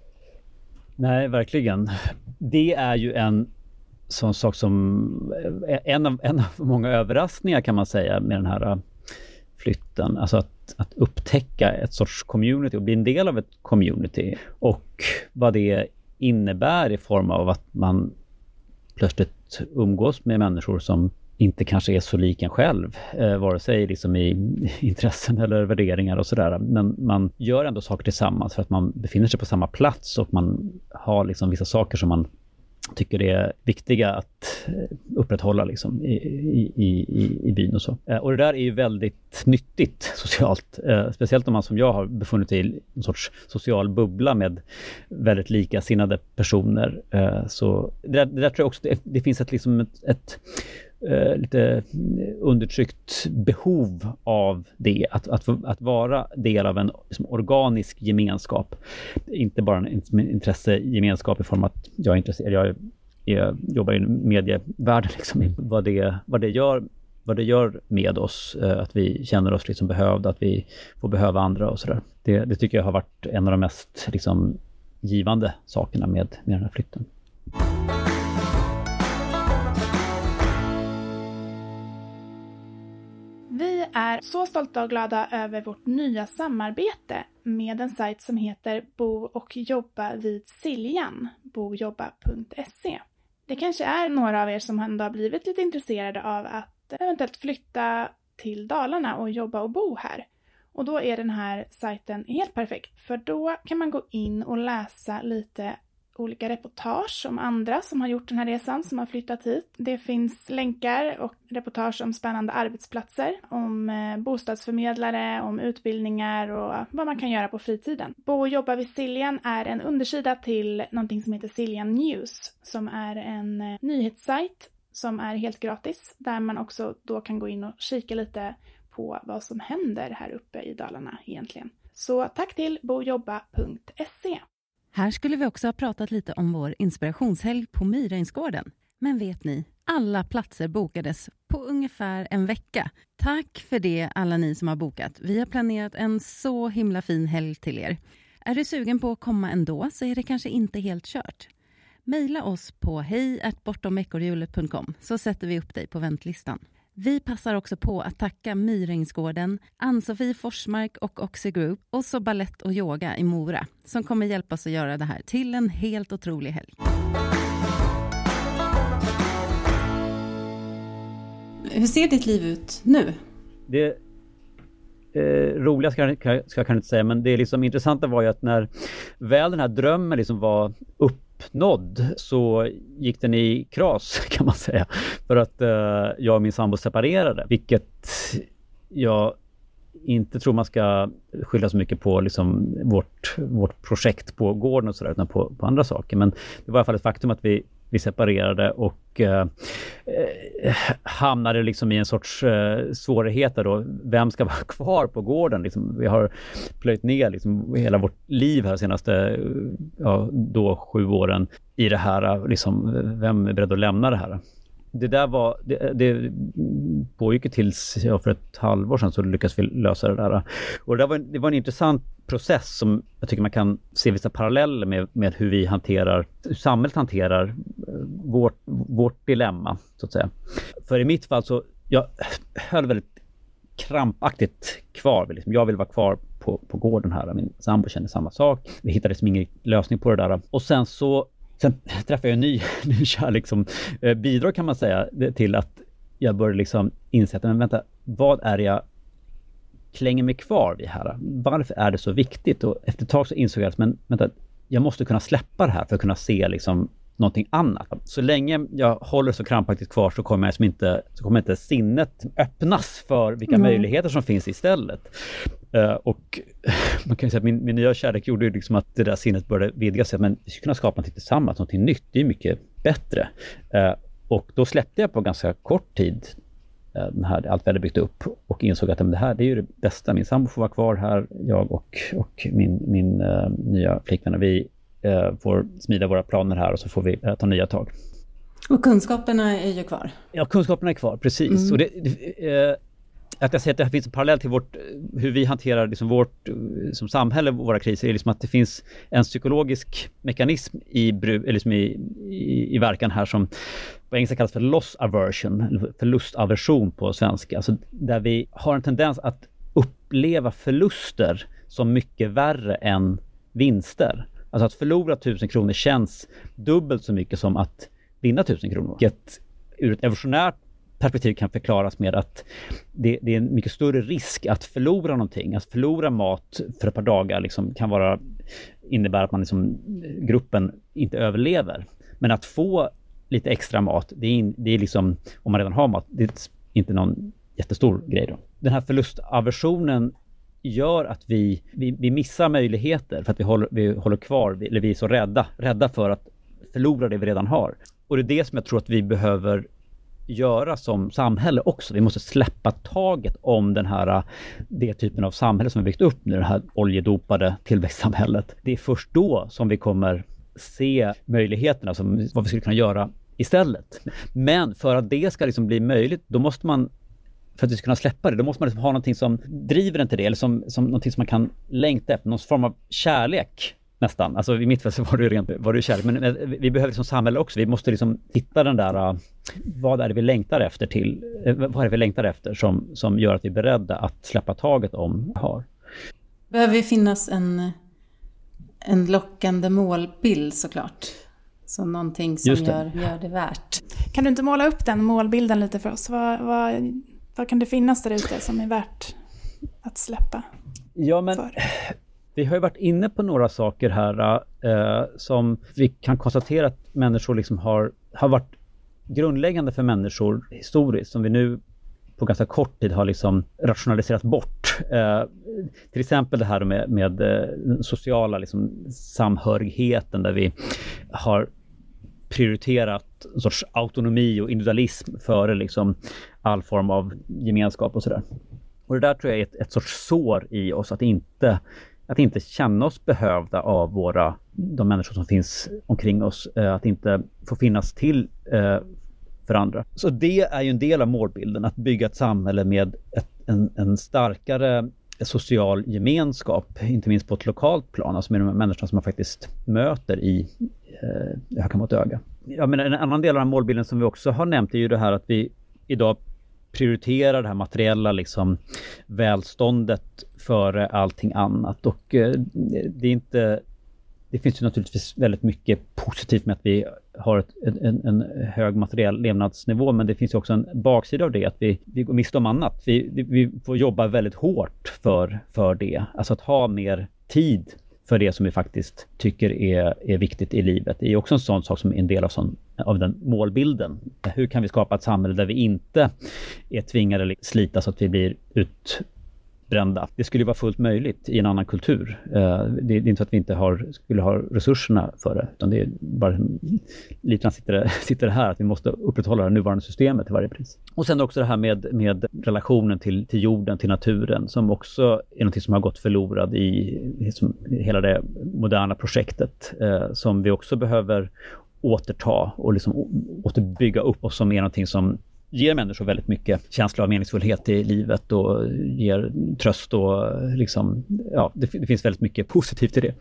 Nej verkligen. Det är ju en sån sak som en av, en av många överraskningar kan man säga med den här flytten. Alltså att, att upptäcka ett sorts community och bli en del av ett community. Och vad det innebär i form av att man plötsligt umgås med människor som inte kanske är så lik en själv, eh, vare sig liksom i intressen eller värderingar och sådär. Men man gör ändå saker tillsammans för att man befinner sig på samma plats och man har liksom vissa saker som man tycker det är viktiga att upprätthålla liksom, i, i, i, i byn och så. Och det där är ju väldigt nyttigt socialt. Speciellt om man som jag har befunnit sig i en sorts social bubbla med väldigt likasinnade personer. Så det där, det där tror jag också, det, det finns ett, liksom ett, ett Uh, lite undertryckt behov av det, att, att, att vara del av en liksom, organisk gemenskap. Inte bara en intressegemenskap i form av att jag är intresserad, jag, är, jag jobbar i medievärlden, liksom, vad, det, vad, det gör, vad det gör med oss, uh, att vi känner oss liksom behövda, att vi får behöva andra och sådär. Det, det tycker jag har varit en av de mest liksom, givande sakerna med, med den här flytten. Vi är så stolta och glada över vårt nya samarbete med en sajt som heter Bo och jobba vid Siljan, bojobba punkt se. Det kanske är några av er som ändå har blivit lite intresserade av att eventuellt flytta till Dalarna och jobba och bo här. Och då är den här sajten helt perfekt, för då kan man gå in och läsa lite olika reportage om andra som har gjort den här resan, som har flyttat hit. Det finns länkar och reportage om spännande arbetsplatser, om eh, bostadsförmedlare, om utbildningar och vad man kan göra på fritiden. Bo och jobba vid Siljan är en undersida till någonting som heter Siljan News, som är en eh, nyhetssajt som är helt gratis, där man också då kan gå in och kika lite på vad som händer här uppe i Dalarna egentligen. Så tack till bojobba punkt se. Här skulle vi också ha pratat lite om vår inspirationshelg på Myrängsgården. Men vet ni, alla platser bokades på ungefär en vecka. Tack för det alla ni som har bokat. Vi har planerat en så himla fin helg till er. Är du sugen på att komma ändå så är det kanske inte helt kört. Maila oss på hej at bortom ekorrhjulet punkt com så sätter vi upp dig på väntlistan. Vi passar också på att tacka Myrängsgården, Ann-Sofie Forsmark och Oxy Group och så ballett och yoga i Mora som kommer hjälpa oss att göra det här till en helt otrolig helg. Hur ser ditt liv ut nu? Det eh, roliga ska jag, ska jag kanske inte säga, men det liksom intressanta var ju att när väl den här drömmen liksom var upp uppnådd så gick den i kras, kan man säga, för att uh, jag och min sambo separerade, vilket jag inte tror man ska skylla så mycket på liksom vårt, vårt projekt på gården och sådär, utan på, på andra saker. Men det var i alla fall ett faktum att vi, vi separerade och eh, hamnade liksom i en sorts eh, svårigheter då. Vem ska vara kvar på gården? Liksom, vi har plöjt ner liksom hela vårt liv här senaste ja, då sju åren i det här. Liksom, vem är beredd att lämna det här? Det där var, det, det pågick tills ja, för ett halvår sedan så lyckades vi lösa det där. Och det, där var en, det var en intressant process som jag tycker man kan se vissa paralleller med, med hur vi hanterar, hur samhället hanterar vårt, vårt dilemma, så att säga. För i mitt fall så, jag höll väldigt krampaktigt kvar. Liksom. Jag vill vara kvar på, på gården här. Min sambo kände samma sak. Vi hittade liksom ingen lösning på det där. Och sen så Sen träffade jag en ny, ny kärlek som eh, bidrar, kan man säga, till att jag började liksom inse att, men vänta, vad är det jag klänger mig kvar vid här? Varför är det så viktigt? Och efter ett tag så insåg jag att, men vänta, jag måste kunna släppa det här för att kunna se liksom någonting annat. Så länge jag håller så krampaktigt kvar så kommer, jag som inte, så kommer inte sinnet öppnas för vilka mm. möjligheter som finns istället. Uh, och man kan ju säga att min, min nya kärlek gjorde ju liksom att det där sinnet började vidga sig. Men vi skulle kunna skapa något tillsammans, något nytt. Det är mycket bättre. Uh, och då släppte jag på ganska kort tid uh, den här, allt vi hade byggt upp och insåg att men det här det är ju det bästa. Min sambo får vara kvar här, jag och, och min, min uh, nya flickvän. Vi uh, får smida våra planer här och så får vi uh, ta nya tag. Och kunskaperna är ju kvar. Ja, kunskaperna är kvar, precis. Mm. Och det, det, uh, att jag säger att det finns en parallell till vårt, hur vi hanterar liksom vårt som samhälle våra kriser är liksom att det finns en psykologisk mekanism i, eller liksom i, i, i verkan här som på engelska kallas för loss aversion, förlustaversion på svenska. Alltså där vi har en tendens att uppleva förluster som mycket värre än vinster. Alltså att förlora tusen kronor känns dubbelt så mycket som att vinna tusen kronor. Vilket ur ett evolutionärt perspektiv kan förklaras med att det, det är en mycket större risk att förlora någonting. Att förlora mat för ett par dagar liksom kan vara, innebära att man liksom, gruppen inte överlever. Men att få lite extra mat, det är, in, det är liksom, om man redan har mat, det är inte någon jättestor grej då. Den här förlustaversionen gör att vi, vi, vi missar möjligheter för att vi håller, vi håller kvar, eller vi är så rädda, rädda för att förlora det vi redan har. Och det är det som jag tror att vi behöver göra som samhälle också. Vi måste släppa taget om den här, det typen av samhälle som vi byggt upp nu, det här oljedopade tillväxtsamhället. Det är först då som vi kommer se möjligheterna, som vad vi skulle kunna göra istället. Men för att det ska liksom bli möjligt, då måste man, för att vi ska kunna släppa det, då måste man liksom ha någonting som driver en till det, eller som, som någonting som man kan längta efter, någon form av kärlek nästan. Alltså i mitt fall så var det rent, var det kärlek, men vi behöver som samhälle också, vi måste liksom hitta den där, vad är det vi längtar efter till, vad är det vi längtar efter som, som gör att vi är beredda att släppa taget om har. Behöver vi finnas en, en lockande målbild såklart, som någonting som gör, gör det värt. Kan du inte måla upp den målbilden lite för oss? Vad, vad, vad kan det finnas där ute som är värt att släppa? Ja, men för? Vi har ju varit inne på några saker här eh, som vi kan konstatera att människor liksom har, har varit grundläggande för människor historiskt, som vi nu på ganska kort tid har liksom rationaliserat bort. Eh, till exempel det här med, med eh, sociala liksom, samhörigheten, där vi har prioriterat en sorts autonomi och individualism före liksom all form av gemenskap och sådär. Och det där tror jag är ett, ett sorts sår i oss, att inte, att inte känna oss behövda av våra, de människor som finns omkring oss, att inte få finnas till för andra. Så det är ju en del av målbilden, att bygga ett samhälle med ett, en, en starkare social gemenskap, inte minst på ett lokalt plan, alltså med de människorna som man faktiskt möter i eh, öga mot öga. Ja, men en annan del av den målbilden som vi också har nämnt är ju det här att vi idag prioriterar det här materiella liksom välståndet före allting annat, och eh, det är inte, det finns ju naturligtvis väldigt mycket positivt med att vi har ett, en, en hög materiell levnadsnivå, men det finns ju också en baksida av det, att vi, vi går miste om annat. Vi, vi får jobba väldigt hårt för, för det. Alltså att ha mer tid för det som vi faktiskt tycker är, är viktigt i livet. Det är också en sån sak som är en del av, sån, av den målbilden. Hur kan vi skapa ett samhälle där vi inte är tvingade att slita så att vi blir ut brända. Det skulle vara fullt möjligt i en annan kultur. Det är inte så att vi inte har, skulle ha resurserna för det, utan det är bara lite sitter, sitter det här att vi måste upprätthålla det nuvarande systemet till varje pris. Och sen också det här med, med relationen till, till jorden, till naturen, som också är något som har gått förlorad i liksom, hela det moderna projektet, eh, som vi också behöver återta och liksom återbygga upp, och som är någonting som ger människor väldigt mycket känsla av meningsfullhet i livet och ger tröst, och liksom, ja, det, det finns väldigt mycket positivt i det.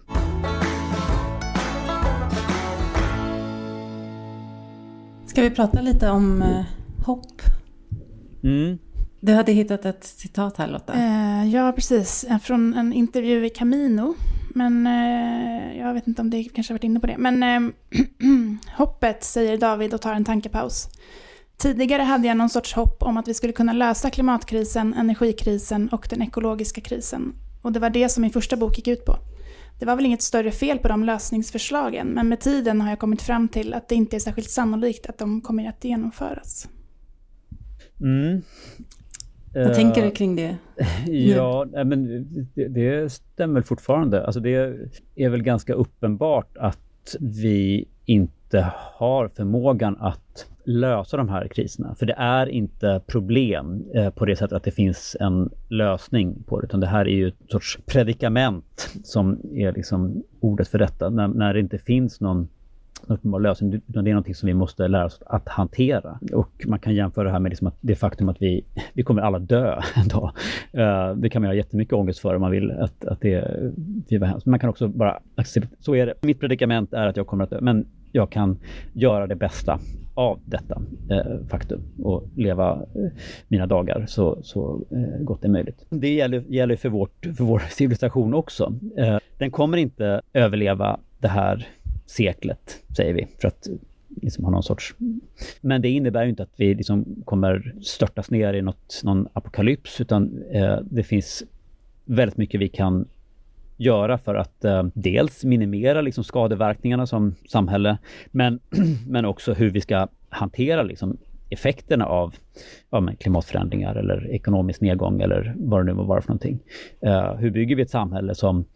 Ska vi prata lite om eh, hopp? Mm. Du hade hittat ett citat här, Lotta. Eh, ja, precis. Från en intervju i Camino. Men eh, jag vet inte om det kanske har varit inne på det. Men eh, hoppet, säger David och tar en tankepaus. Tidigare hade jag någon sorts hopp om att vi skulle kunna lösa klimatkrisen, energikrisen och den ekologiska krisen. Och det var det som min första bok gick ut på. Det var väl inget större fel på de lösningsförslagen, men med tiden har jag kommit fram till att det inte är särskilt sannolikt att de kommer att genomföras. Mm. Vad uh, tänker du kring det? Ja, men det, det stämmer fortfarande. Alltså det är väl ganska uppenbart att vi inte har förmågan att lösa de här kriserna. För det är inte problem eh, på det sättet att det finns en lösning på det. Utan det här är ju ett sorts predikament som är liksom ordet för detta. När, när det inte finns någon uppenbar lösning. Utan det är någonting som vi måste lära oss att hantera. Och man kan jämföra det här med liksom att det faktum att vi, vi kommer alla dö en dag. Uh, det kan man ha jättemycket ångest för om man vill att, att det vi var hemskt. Man kan också bara acceptera, så är det. Mitt predikament är att jag kommer att dö. Men jag kan göra det bästa av detta eh, faktum och leva eh, mina dagar så, så eh, gott det är möjligt. Det gäller, gäller för, vårt, för vår civilisation också. Eh, den kommer inte överleva det här seklet, säger vi, för att liksom ha någon sorts... Men det innebär ju inte att vi liksom kommer störtas ner i något, någon apokalyps, utan eh, det finns väldigt mycket vi kan göra för att eh, dels minimera liksom skadeverkningarna som samhälle, men, men också hur vi ska hantera liksom effekterna av ja, klimatförändringar eller ekonomisk nedgång eller vad det nu må vara för någonting. Uh, hur bygger vi ett samhälle som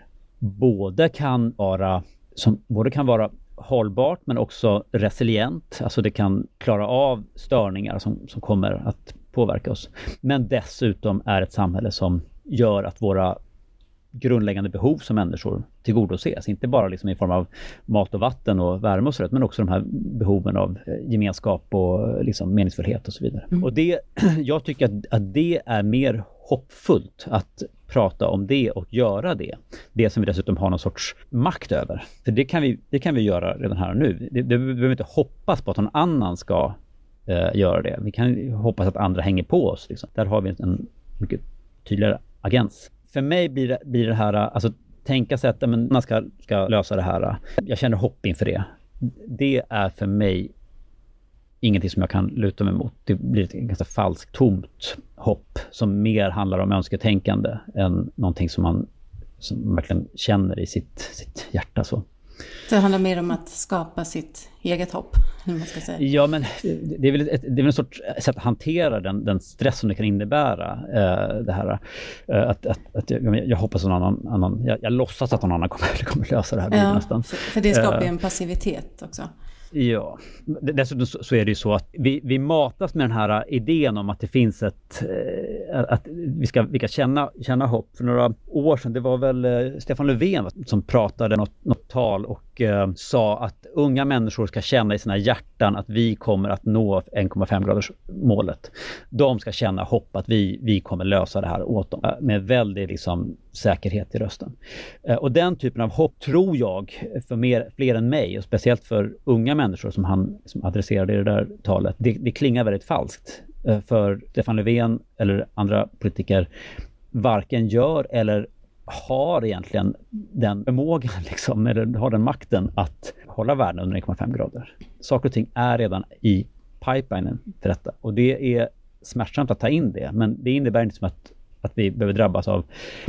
både kan vara som både kan vara hållbart men också resilient, alltså det kan klara av störningar som, som kommer att påverka oss, men dessutom är ett samhälle som gör att våra grundläggande behov som människor tillgodoses, inte bara liksom i form av mat och vatten och värme och sådär, men också de här behoven av gemenskap och liksom meningsfullhet och så vidare. Mm. Och det, jag tycker att, att det är mer hoppfullt att prata om det och göra det. Det som vi dessutom har någon sorts makt över. För det kan vi, det kan vi göra redan här och nu. Det, det, vi behöver inte hoppas på att någon annan ska eh, göra det. Vi kan hoppas att andra hänger på oss. Liksom. Där har vi en mycket tydligare agens. För mig blir det, blir det här, alltså tänka sig att men, man ska, ska lösa det här. Jag känner hopp inför det. Det är för mig ingenting som jag kan luta mig mot. Det blir ett ganska falskt, tomt hopp som mer handlar om önsketänkande än någonting som man, som man verkligen känner i sitt, sitt hjärta. Så. Det handlar mer om att skapa sitt eget hopp, hur man ska säga. Ja, men det är väl ett, det är väl en sorts sätt att hantera den, den stress som det kan innebära. Eh, det här, eh, att, att, att jag, jag hoppas att någon annan, annan jag, jag låtsas att någon annan kommer, kommer lösa det här. Ja, nästan. För det skapar ju en passivitet också. Ja, dessutom så är det ju så att vi, vi matas med den här idén om att det finns ett, att vi ska, vi ska känna, känna hopp. För några år sedan, det var väl Stefan Löfven som pratade något, något tal och eh, sa att unga människor ska känna i sina hjärtan att vi kommer att nå en komma fem graders målet. De ska känna hopp att vi, vi kommer lösa det här åt dem med väldigt liksom säkerhet i rösten. Eh, och den typen av hopp tror jag för mer, fler än mig och speciellt för unga människor som han som adresserade i det där talet, det, det klingar väldigt falskt. Eh, för Stefan Löfven eller andra politiker varken gör eller har egentligen den förmågan liksom, eller har den makten att hålla världen under en komma fem grader. Saker och ting är redan i pipelinen för detta. Och det är smärtsamt att ta in det, men det innebär inte som att att vi behöver drabbas av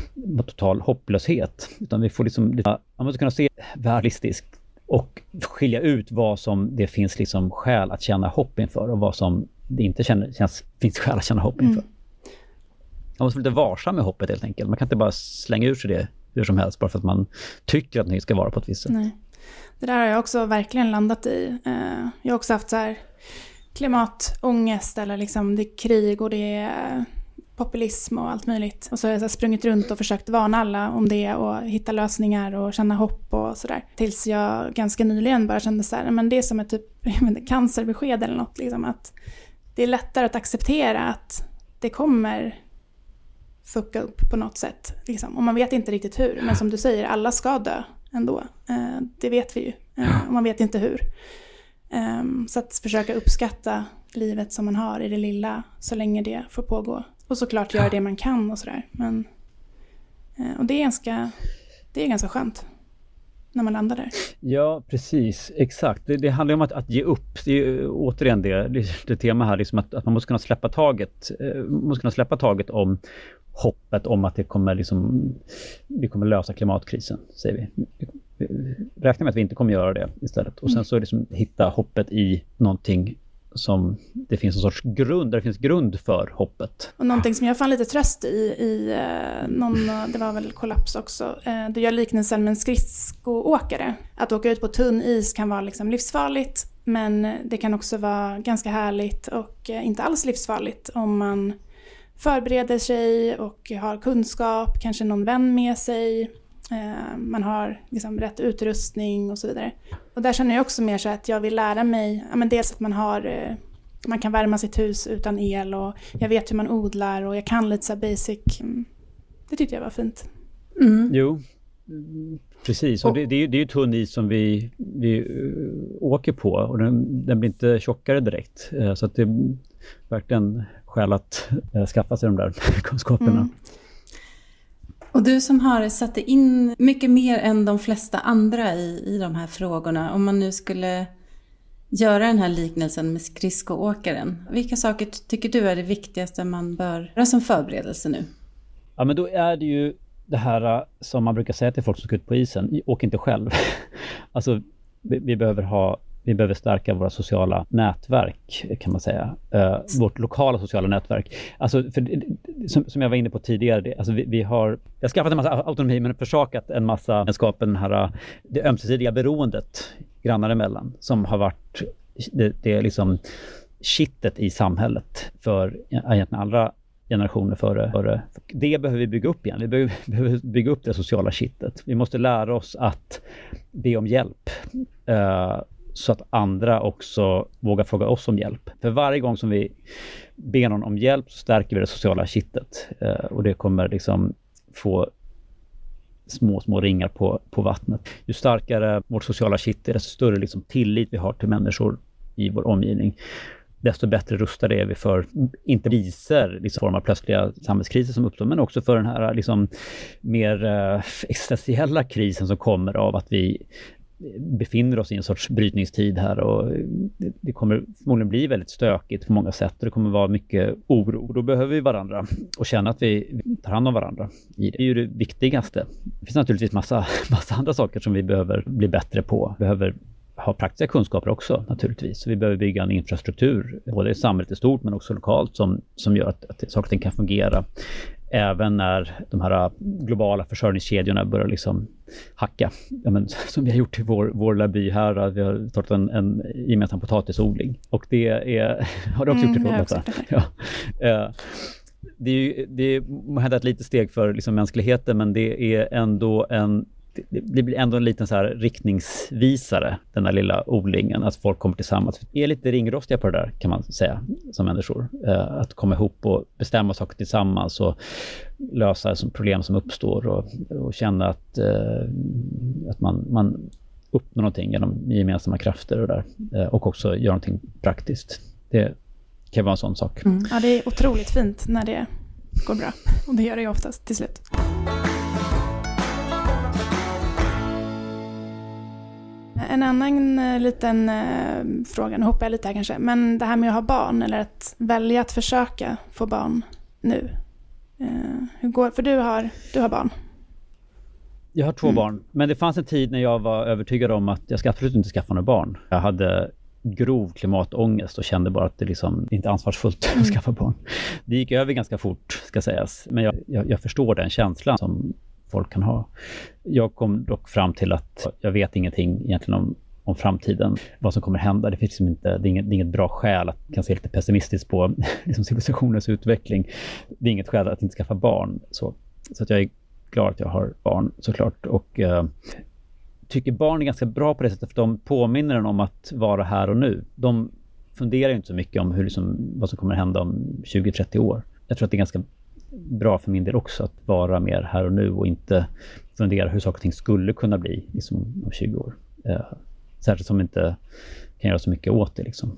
total hopplöshet. Utan vi får liksom, man måste kunna se realistiskt och skilja ut vad som det finns liksom skäl att känna hopp inför och vad som det inte känner, känns, finns skäl att känna hopp inför. Mm. Man måste vara lite varsam med hoppet helt enkelt. Man kan inte bara slänga ur sig det hur som helst bara för att man tycker att det ska vara på ett visst sätt. Nej. Det där har jag också verkligen landat i. Jag har också haft så här klimatångest eller liksom det är krig och det är populism och allt möjligt. Och så har jag så sprungit runt och försökt varna alla om det och hitta lösningar och känna hopp och sådär. Tills jag ganska nyligen bara kände så här, men det är som ett typ cancerbesked eller något. Liksom, att det är lättare att acceptera att det kommer fucka upp på något sätt. Liksom. Och man vet inte riktigt hur. Men som du säger, alla ska dö ändå. Eh, det vet vi ju. Eh, och man vet inte hur. Eh, så att försöka uppskatta livet som man har i det lilla så länge det får pågå. Och såklart göra det man kan och sådär. Men, eh, och det är ganska, det är ganska skönt när man landar där. Ja, precis. Exakt. Det, det handlar om att, att ge upp. Det är ju, återigen det, det, det tema här, liksom att, att man måste kunna släppa taget. Eh, måste kunna släppa taget om hoppet om att det kommer liksom, vi kommer lösa klimatkrisen, säger vi. Räkna med att vi inte kommer göra det istället. Och sen så liksom hitta hoppet i någonting som det finns en sorts grund, där det finns grund för hoppet. Och någonting som jag fann lite tröst i, i eh, någon, det var väl kollaps också, eh, du gör liknelsen med en skridskoåkare. Att åka ut på tunn is kan vara liksom livsfarligt, men det kan också vara ganska härligt och eh, inte alls livsfarligt om man förbereder sig och har kunskap, kanske någon vän med sig. Eh, man har liksom rätt utrustning och så vidare. Och där känner jag också mer så att jag vill lära mig, ja, men dels att man har, eh, man kan värma sitt hus utan el och jag vet hur man odlar och jag kan lite så basic. Det tyckte jag var fint. Mm. Jo, precis. Och, och det, det är ju det är ju tunn is som vi, vi uh, åker på och den, den blir inte tjockare direkt. Uh, så att det är verkligen skäl att uh, skaffa sig de där kunskaperna. Mm. Och du som har satt in mycket mer än de flesta andra i, i de här frågorna. Om man nu skulle göra den här liknelsen med skridskoåkaren. Vilka saker tycker du är det viktigaste man bör göra som förberedelse nu? Ja, men då är det ju det här som man brukar säga till folk som ska ut på isen, åk inte själv. Alltså vi, vi behöver ha Vi behöver stärka våra sociala nätverk, kan man säga. Uh, vårt lokala sociala nätverk. Alltså, för, som, som jag var inne på tidigare, det, alltså vi, vi har jag har skaffat en massa autonomi, men försakat en massa skapen den här, det ömsesidiga beroendet grannar emellan, som har varit det, det är liksom kittet i samhället för egentligen alla generationer före, före. Det behöver vi bygga upp igen. Vi behöver, behöver bygga upp det sociala kittet. Vi måste lära oss att be om hjälp. Uh, så att andra också vågar fråga oss om hjälp. För varje gång som vi ber någon om hjälp så stärker vi det sociala kittet. Uh, och det kommer liksom få små, små ringar på, på vattnet. Ju starkare vårt sociala kitt är, desto större liksom tillit vi har till människor i vår omgivning. Desto bättre rustade är vi för, inte kriser, liksom form av plötsliga samhällskriser som uppstår, men också för den här liksom mer uh, existentiella krisen som kommer av att vi befinner oss i en sorts brytningstid här, och det, det kommer förmodligen bli väldigt stökigt på många sätt, och det kommer vara mycket oro. Då behöver vi varandra och känna att vi tar hand om varandra. Det är ju det viktigaste. Det finns naturligtvis massa, massa andra saker som vi behöver bli bättre på. Vi behöver ha praktiska kunskaper också naturligtvis. Så vi behöver bygga en infrastruktur, både i samhället i stort men också lokalt, som, som gör att, att saker och ting kan fungera. Även när de här globala försörjningskedjorna börjar liksom hacka. Ja, men, som vi har gjort i vår, vår lilla by här. Vi har startat en, en gemensam potatisodling. Och det är... Har du också mm, gjort det? Också ja. uh, det är ju det må hända ett litet steg för liksom mänskligheten, men det är ändå en... Det blir ändå en liten så här riktningsvisare, den här lilla odlingen, att folk kommer tillsammans. Vi är lite ringrostiga på det där, kan man säga, som människor. Att komma ihop och bestämma saker tillsammans och lösa problem som uppstår, och, och känna att, att man, man uppnår någonting genom gemensamma krafter och där. Och också göra någonting praktiskt. Det kan vara en sån sak. Mm. Ja, det är otroligt fint när det går bra. Och det gör det ju oftast till slut. En annan eh, liten eh, fråga, nu hoppar jag lite här kanske, men det här med att ha barn, eller att välja att försöka få barn nu. Eh, hur går, för du har, du har barn. Jag har två mm. barn, men det fanns en tid när jag var övertygad om att jag ska absolut inte skaffa några barn. Jag hade grov klimatångest och kände bara att det liksom inte är ansvarsfullt mm. att skaffa barn. Det gick över ganska fort, ska sägas, men jag, jag, jag förstår den känslan som folk kan ha. Jag kom dock fram till att jag vet ingenting egentligen om, om framtiden, vad som kommer hända. Det finns liksom inte, det är inget, det är inget bra skäl att kan se lite pessimistiskt på liksom civilisationens utveckling. Det är inget skäl att inte skaffa barn. Så, så att jag är glad att jag har barn, såklart. Och eh, tycker barn är ganska bra på det sättet, för de påminner en om att vara här och nu. De funderar ju inte så mycket om hur liksom, vad som kommer hända om tjugo till trettio år. Jag tror att det är ganska bra för min del också att vara mer här och nu och inte fundera hur saker och ting skulle kunna bli liksom, om tjugo år. Eh, särskilt som inte kan göra så mycket åt det. Liksom.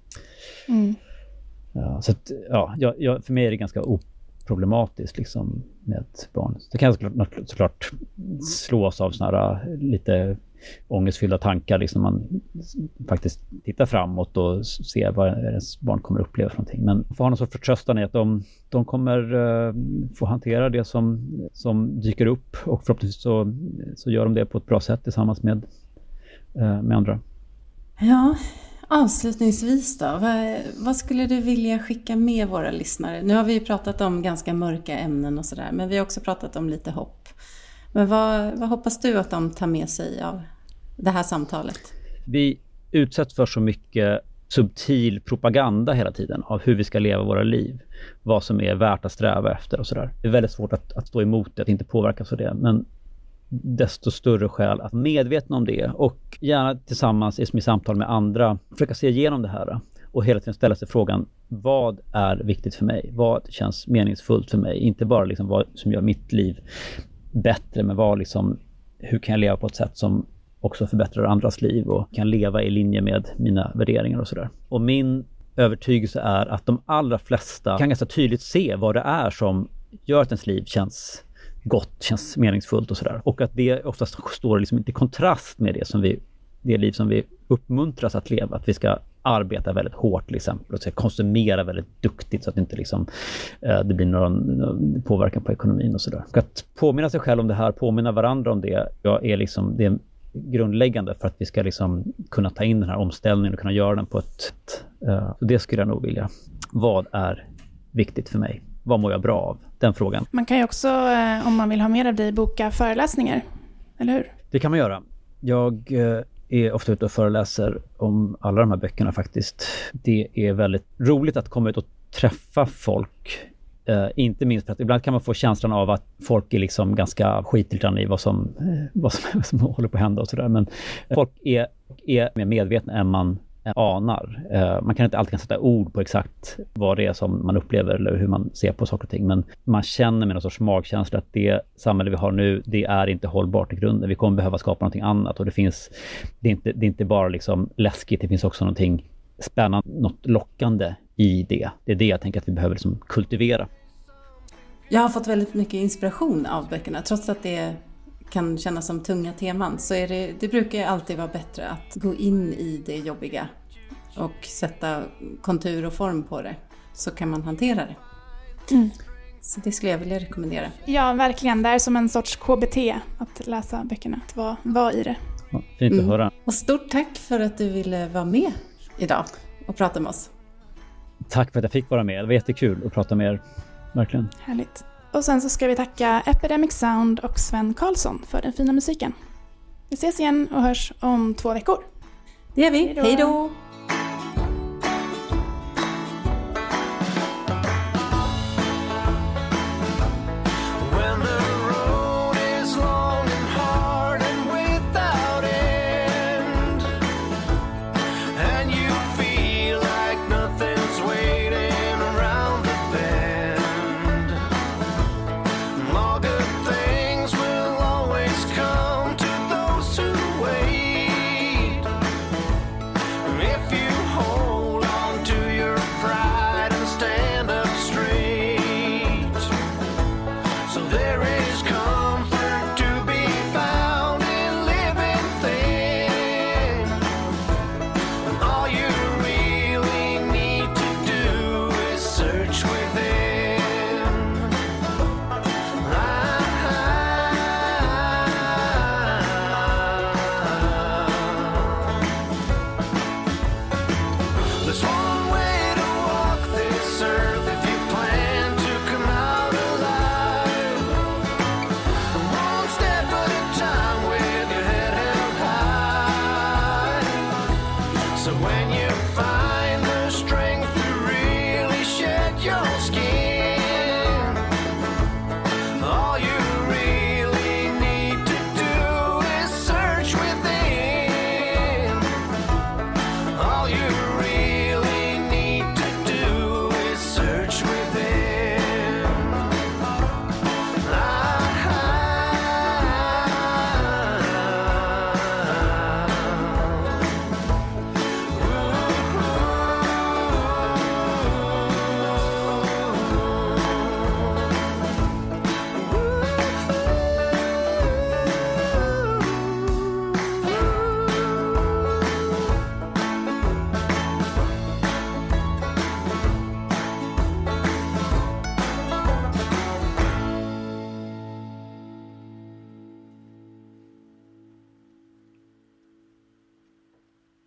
Mm. Ja, så att, ja, jag, för mig är det ganska oproblematiskt liksom, med ett barn. Det kan såklart, såklart slås av såna här lite ångestfyllda tankar. Liksom man faktiskt tittar framåt och ser vad ens barn kommer att uppleva för någonting. Men får ha någon sorts förtröstan i att de, de kommer uh, få hantera det som, som dyker upp, och förhoppningsvis så, så gör de det på ett bra sätt tillsammans med, uh, med andra. Ja, avslutningsvis då. Vad, vad skulle du vilja skicka med våra lyssnare? Nu har vi ju pratat om ganska mörka ämnen och sådär, men vi har också pratat om lite hopp. Men vad, vad hoppas du att de tar med sig av det här samtalet? Vi utsätts för så mycket subtil propaganda hela tiden av hur vi ska leva våra liv. Vad som är värt att sträva efter och sådär. Det är väldigt svårt att, att stå emot det, att inte påverkas av det. Men desto större skäl att medvetna om det, och gärna tillsammans i samtal med andra försöka se igenom det här och hela tiden ställa sig frågan: vad är viktigt för mig? Vad känns meningsfullt för mig? Inte bara liksom vad som gör mitt liv bättre, men vad liksom, hur kan jag leva på ett sätt som också förbättrar andras liv och kan leva i linje med mina värderingar och sådär. Och min övertygelse är att de allra flesta kan ganska tydligt se vad det är som gör att ens liv känns gott, känns meningsfullt och sådär. Och att det oftast står liksom inte i kontrast med det som vi, det liv som vi uppmuntras att leva. Att vi ska arbeta väldigt hårt till exempel och ska konsumera väldigt duktigt så att det inte liksom, eh, det blir någon, någon påverkan på ekonomin och sådär. Att påminna sig själv om det här, påminna varandra om det, ja, är liksom, det är grundläggande för att vi ska liksom kunna ta in den här omställningen och kunna göra den på ett... Uh, så det skulle jag nog vilja. Vad är viktigt för mig? Vad mår jag bra av? Den frågan. Man kan ju också, eh, om man vill ha mer av dig, boka föreläsningar. Eller hur? Det kan man göra. Jag uh, är ofta ute och föreläser om alla de här böckerna faktiskt. Det är väldigt roligt att komma ut och träffa folk. Uh, inte minst för att ibland kan man få känslan av att folk är liksom ganska skitligt i vad som, uh, vad som, vad som håller på att hända och sådär. Men uh, folk är, är mer medvetna än man anar. Uh, man kan inte alltid sätta ord på exakt vad det är som man upplever eller hur man ser på saker och ting. Men man känner med någon sorts magkänsla att det samhälle vi har nu, det är inte hållbart i grunden. Vi kommer behöva skapa någonting annat. Och det finns, det är inte, det är inte bara liksom läskigt, det finns också någonting spännande, något lockande i det. Det är det jag tänker att vi behöver liksom kultivera. Jag har fått väldigt mycket inspiration av böckerna. Trots att det kan kännas som tunga teman så är det, det brukar alltid vara bättre att gå in i det jobbiga och sätta kontur och form på det. Så kan man hantera det. Mm. Så det skulle jag vilja rekommendera. Ja, verkligen. Det är som en sorts K B T att läsa böckerna, att vara, vara i det. Ja, fint att mm. höra. Och stort tack för att du ville vara med idag och prata med oss. Tack för att jag fick vara med. Det var jättekul att prata med er. Verkligen. Härligt. Och sen så ska vi tacka Epidemic Sound och Sven Karlsson för den fina musiken. Vi ses igen och hörs om två veckor. Det gör vi. Hej då!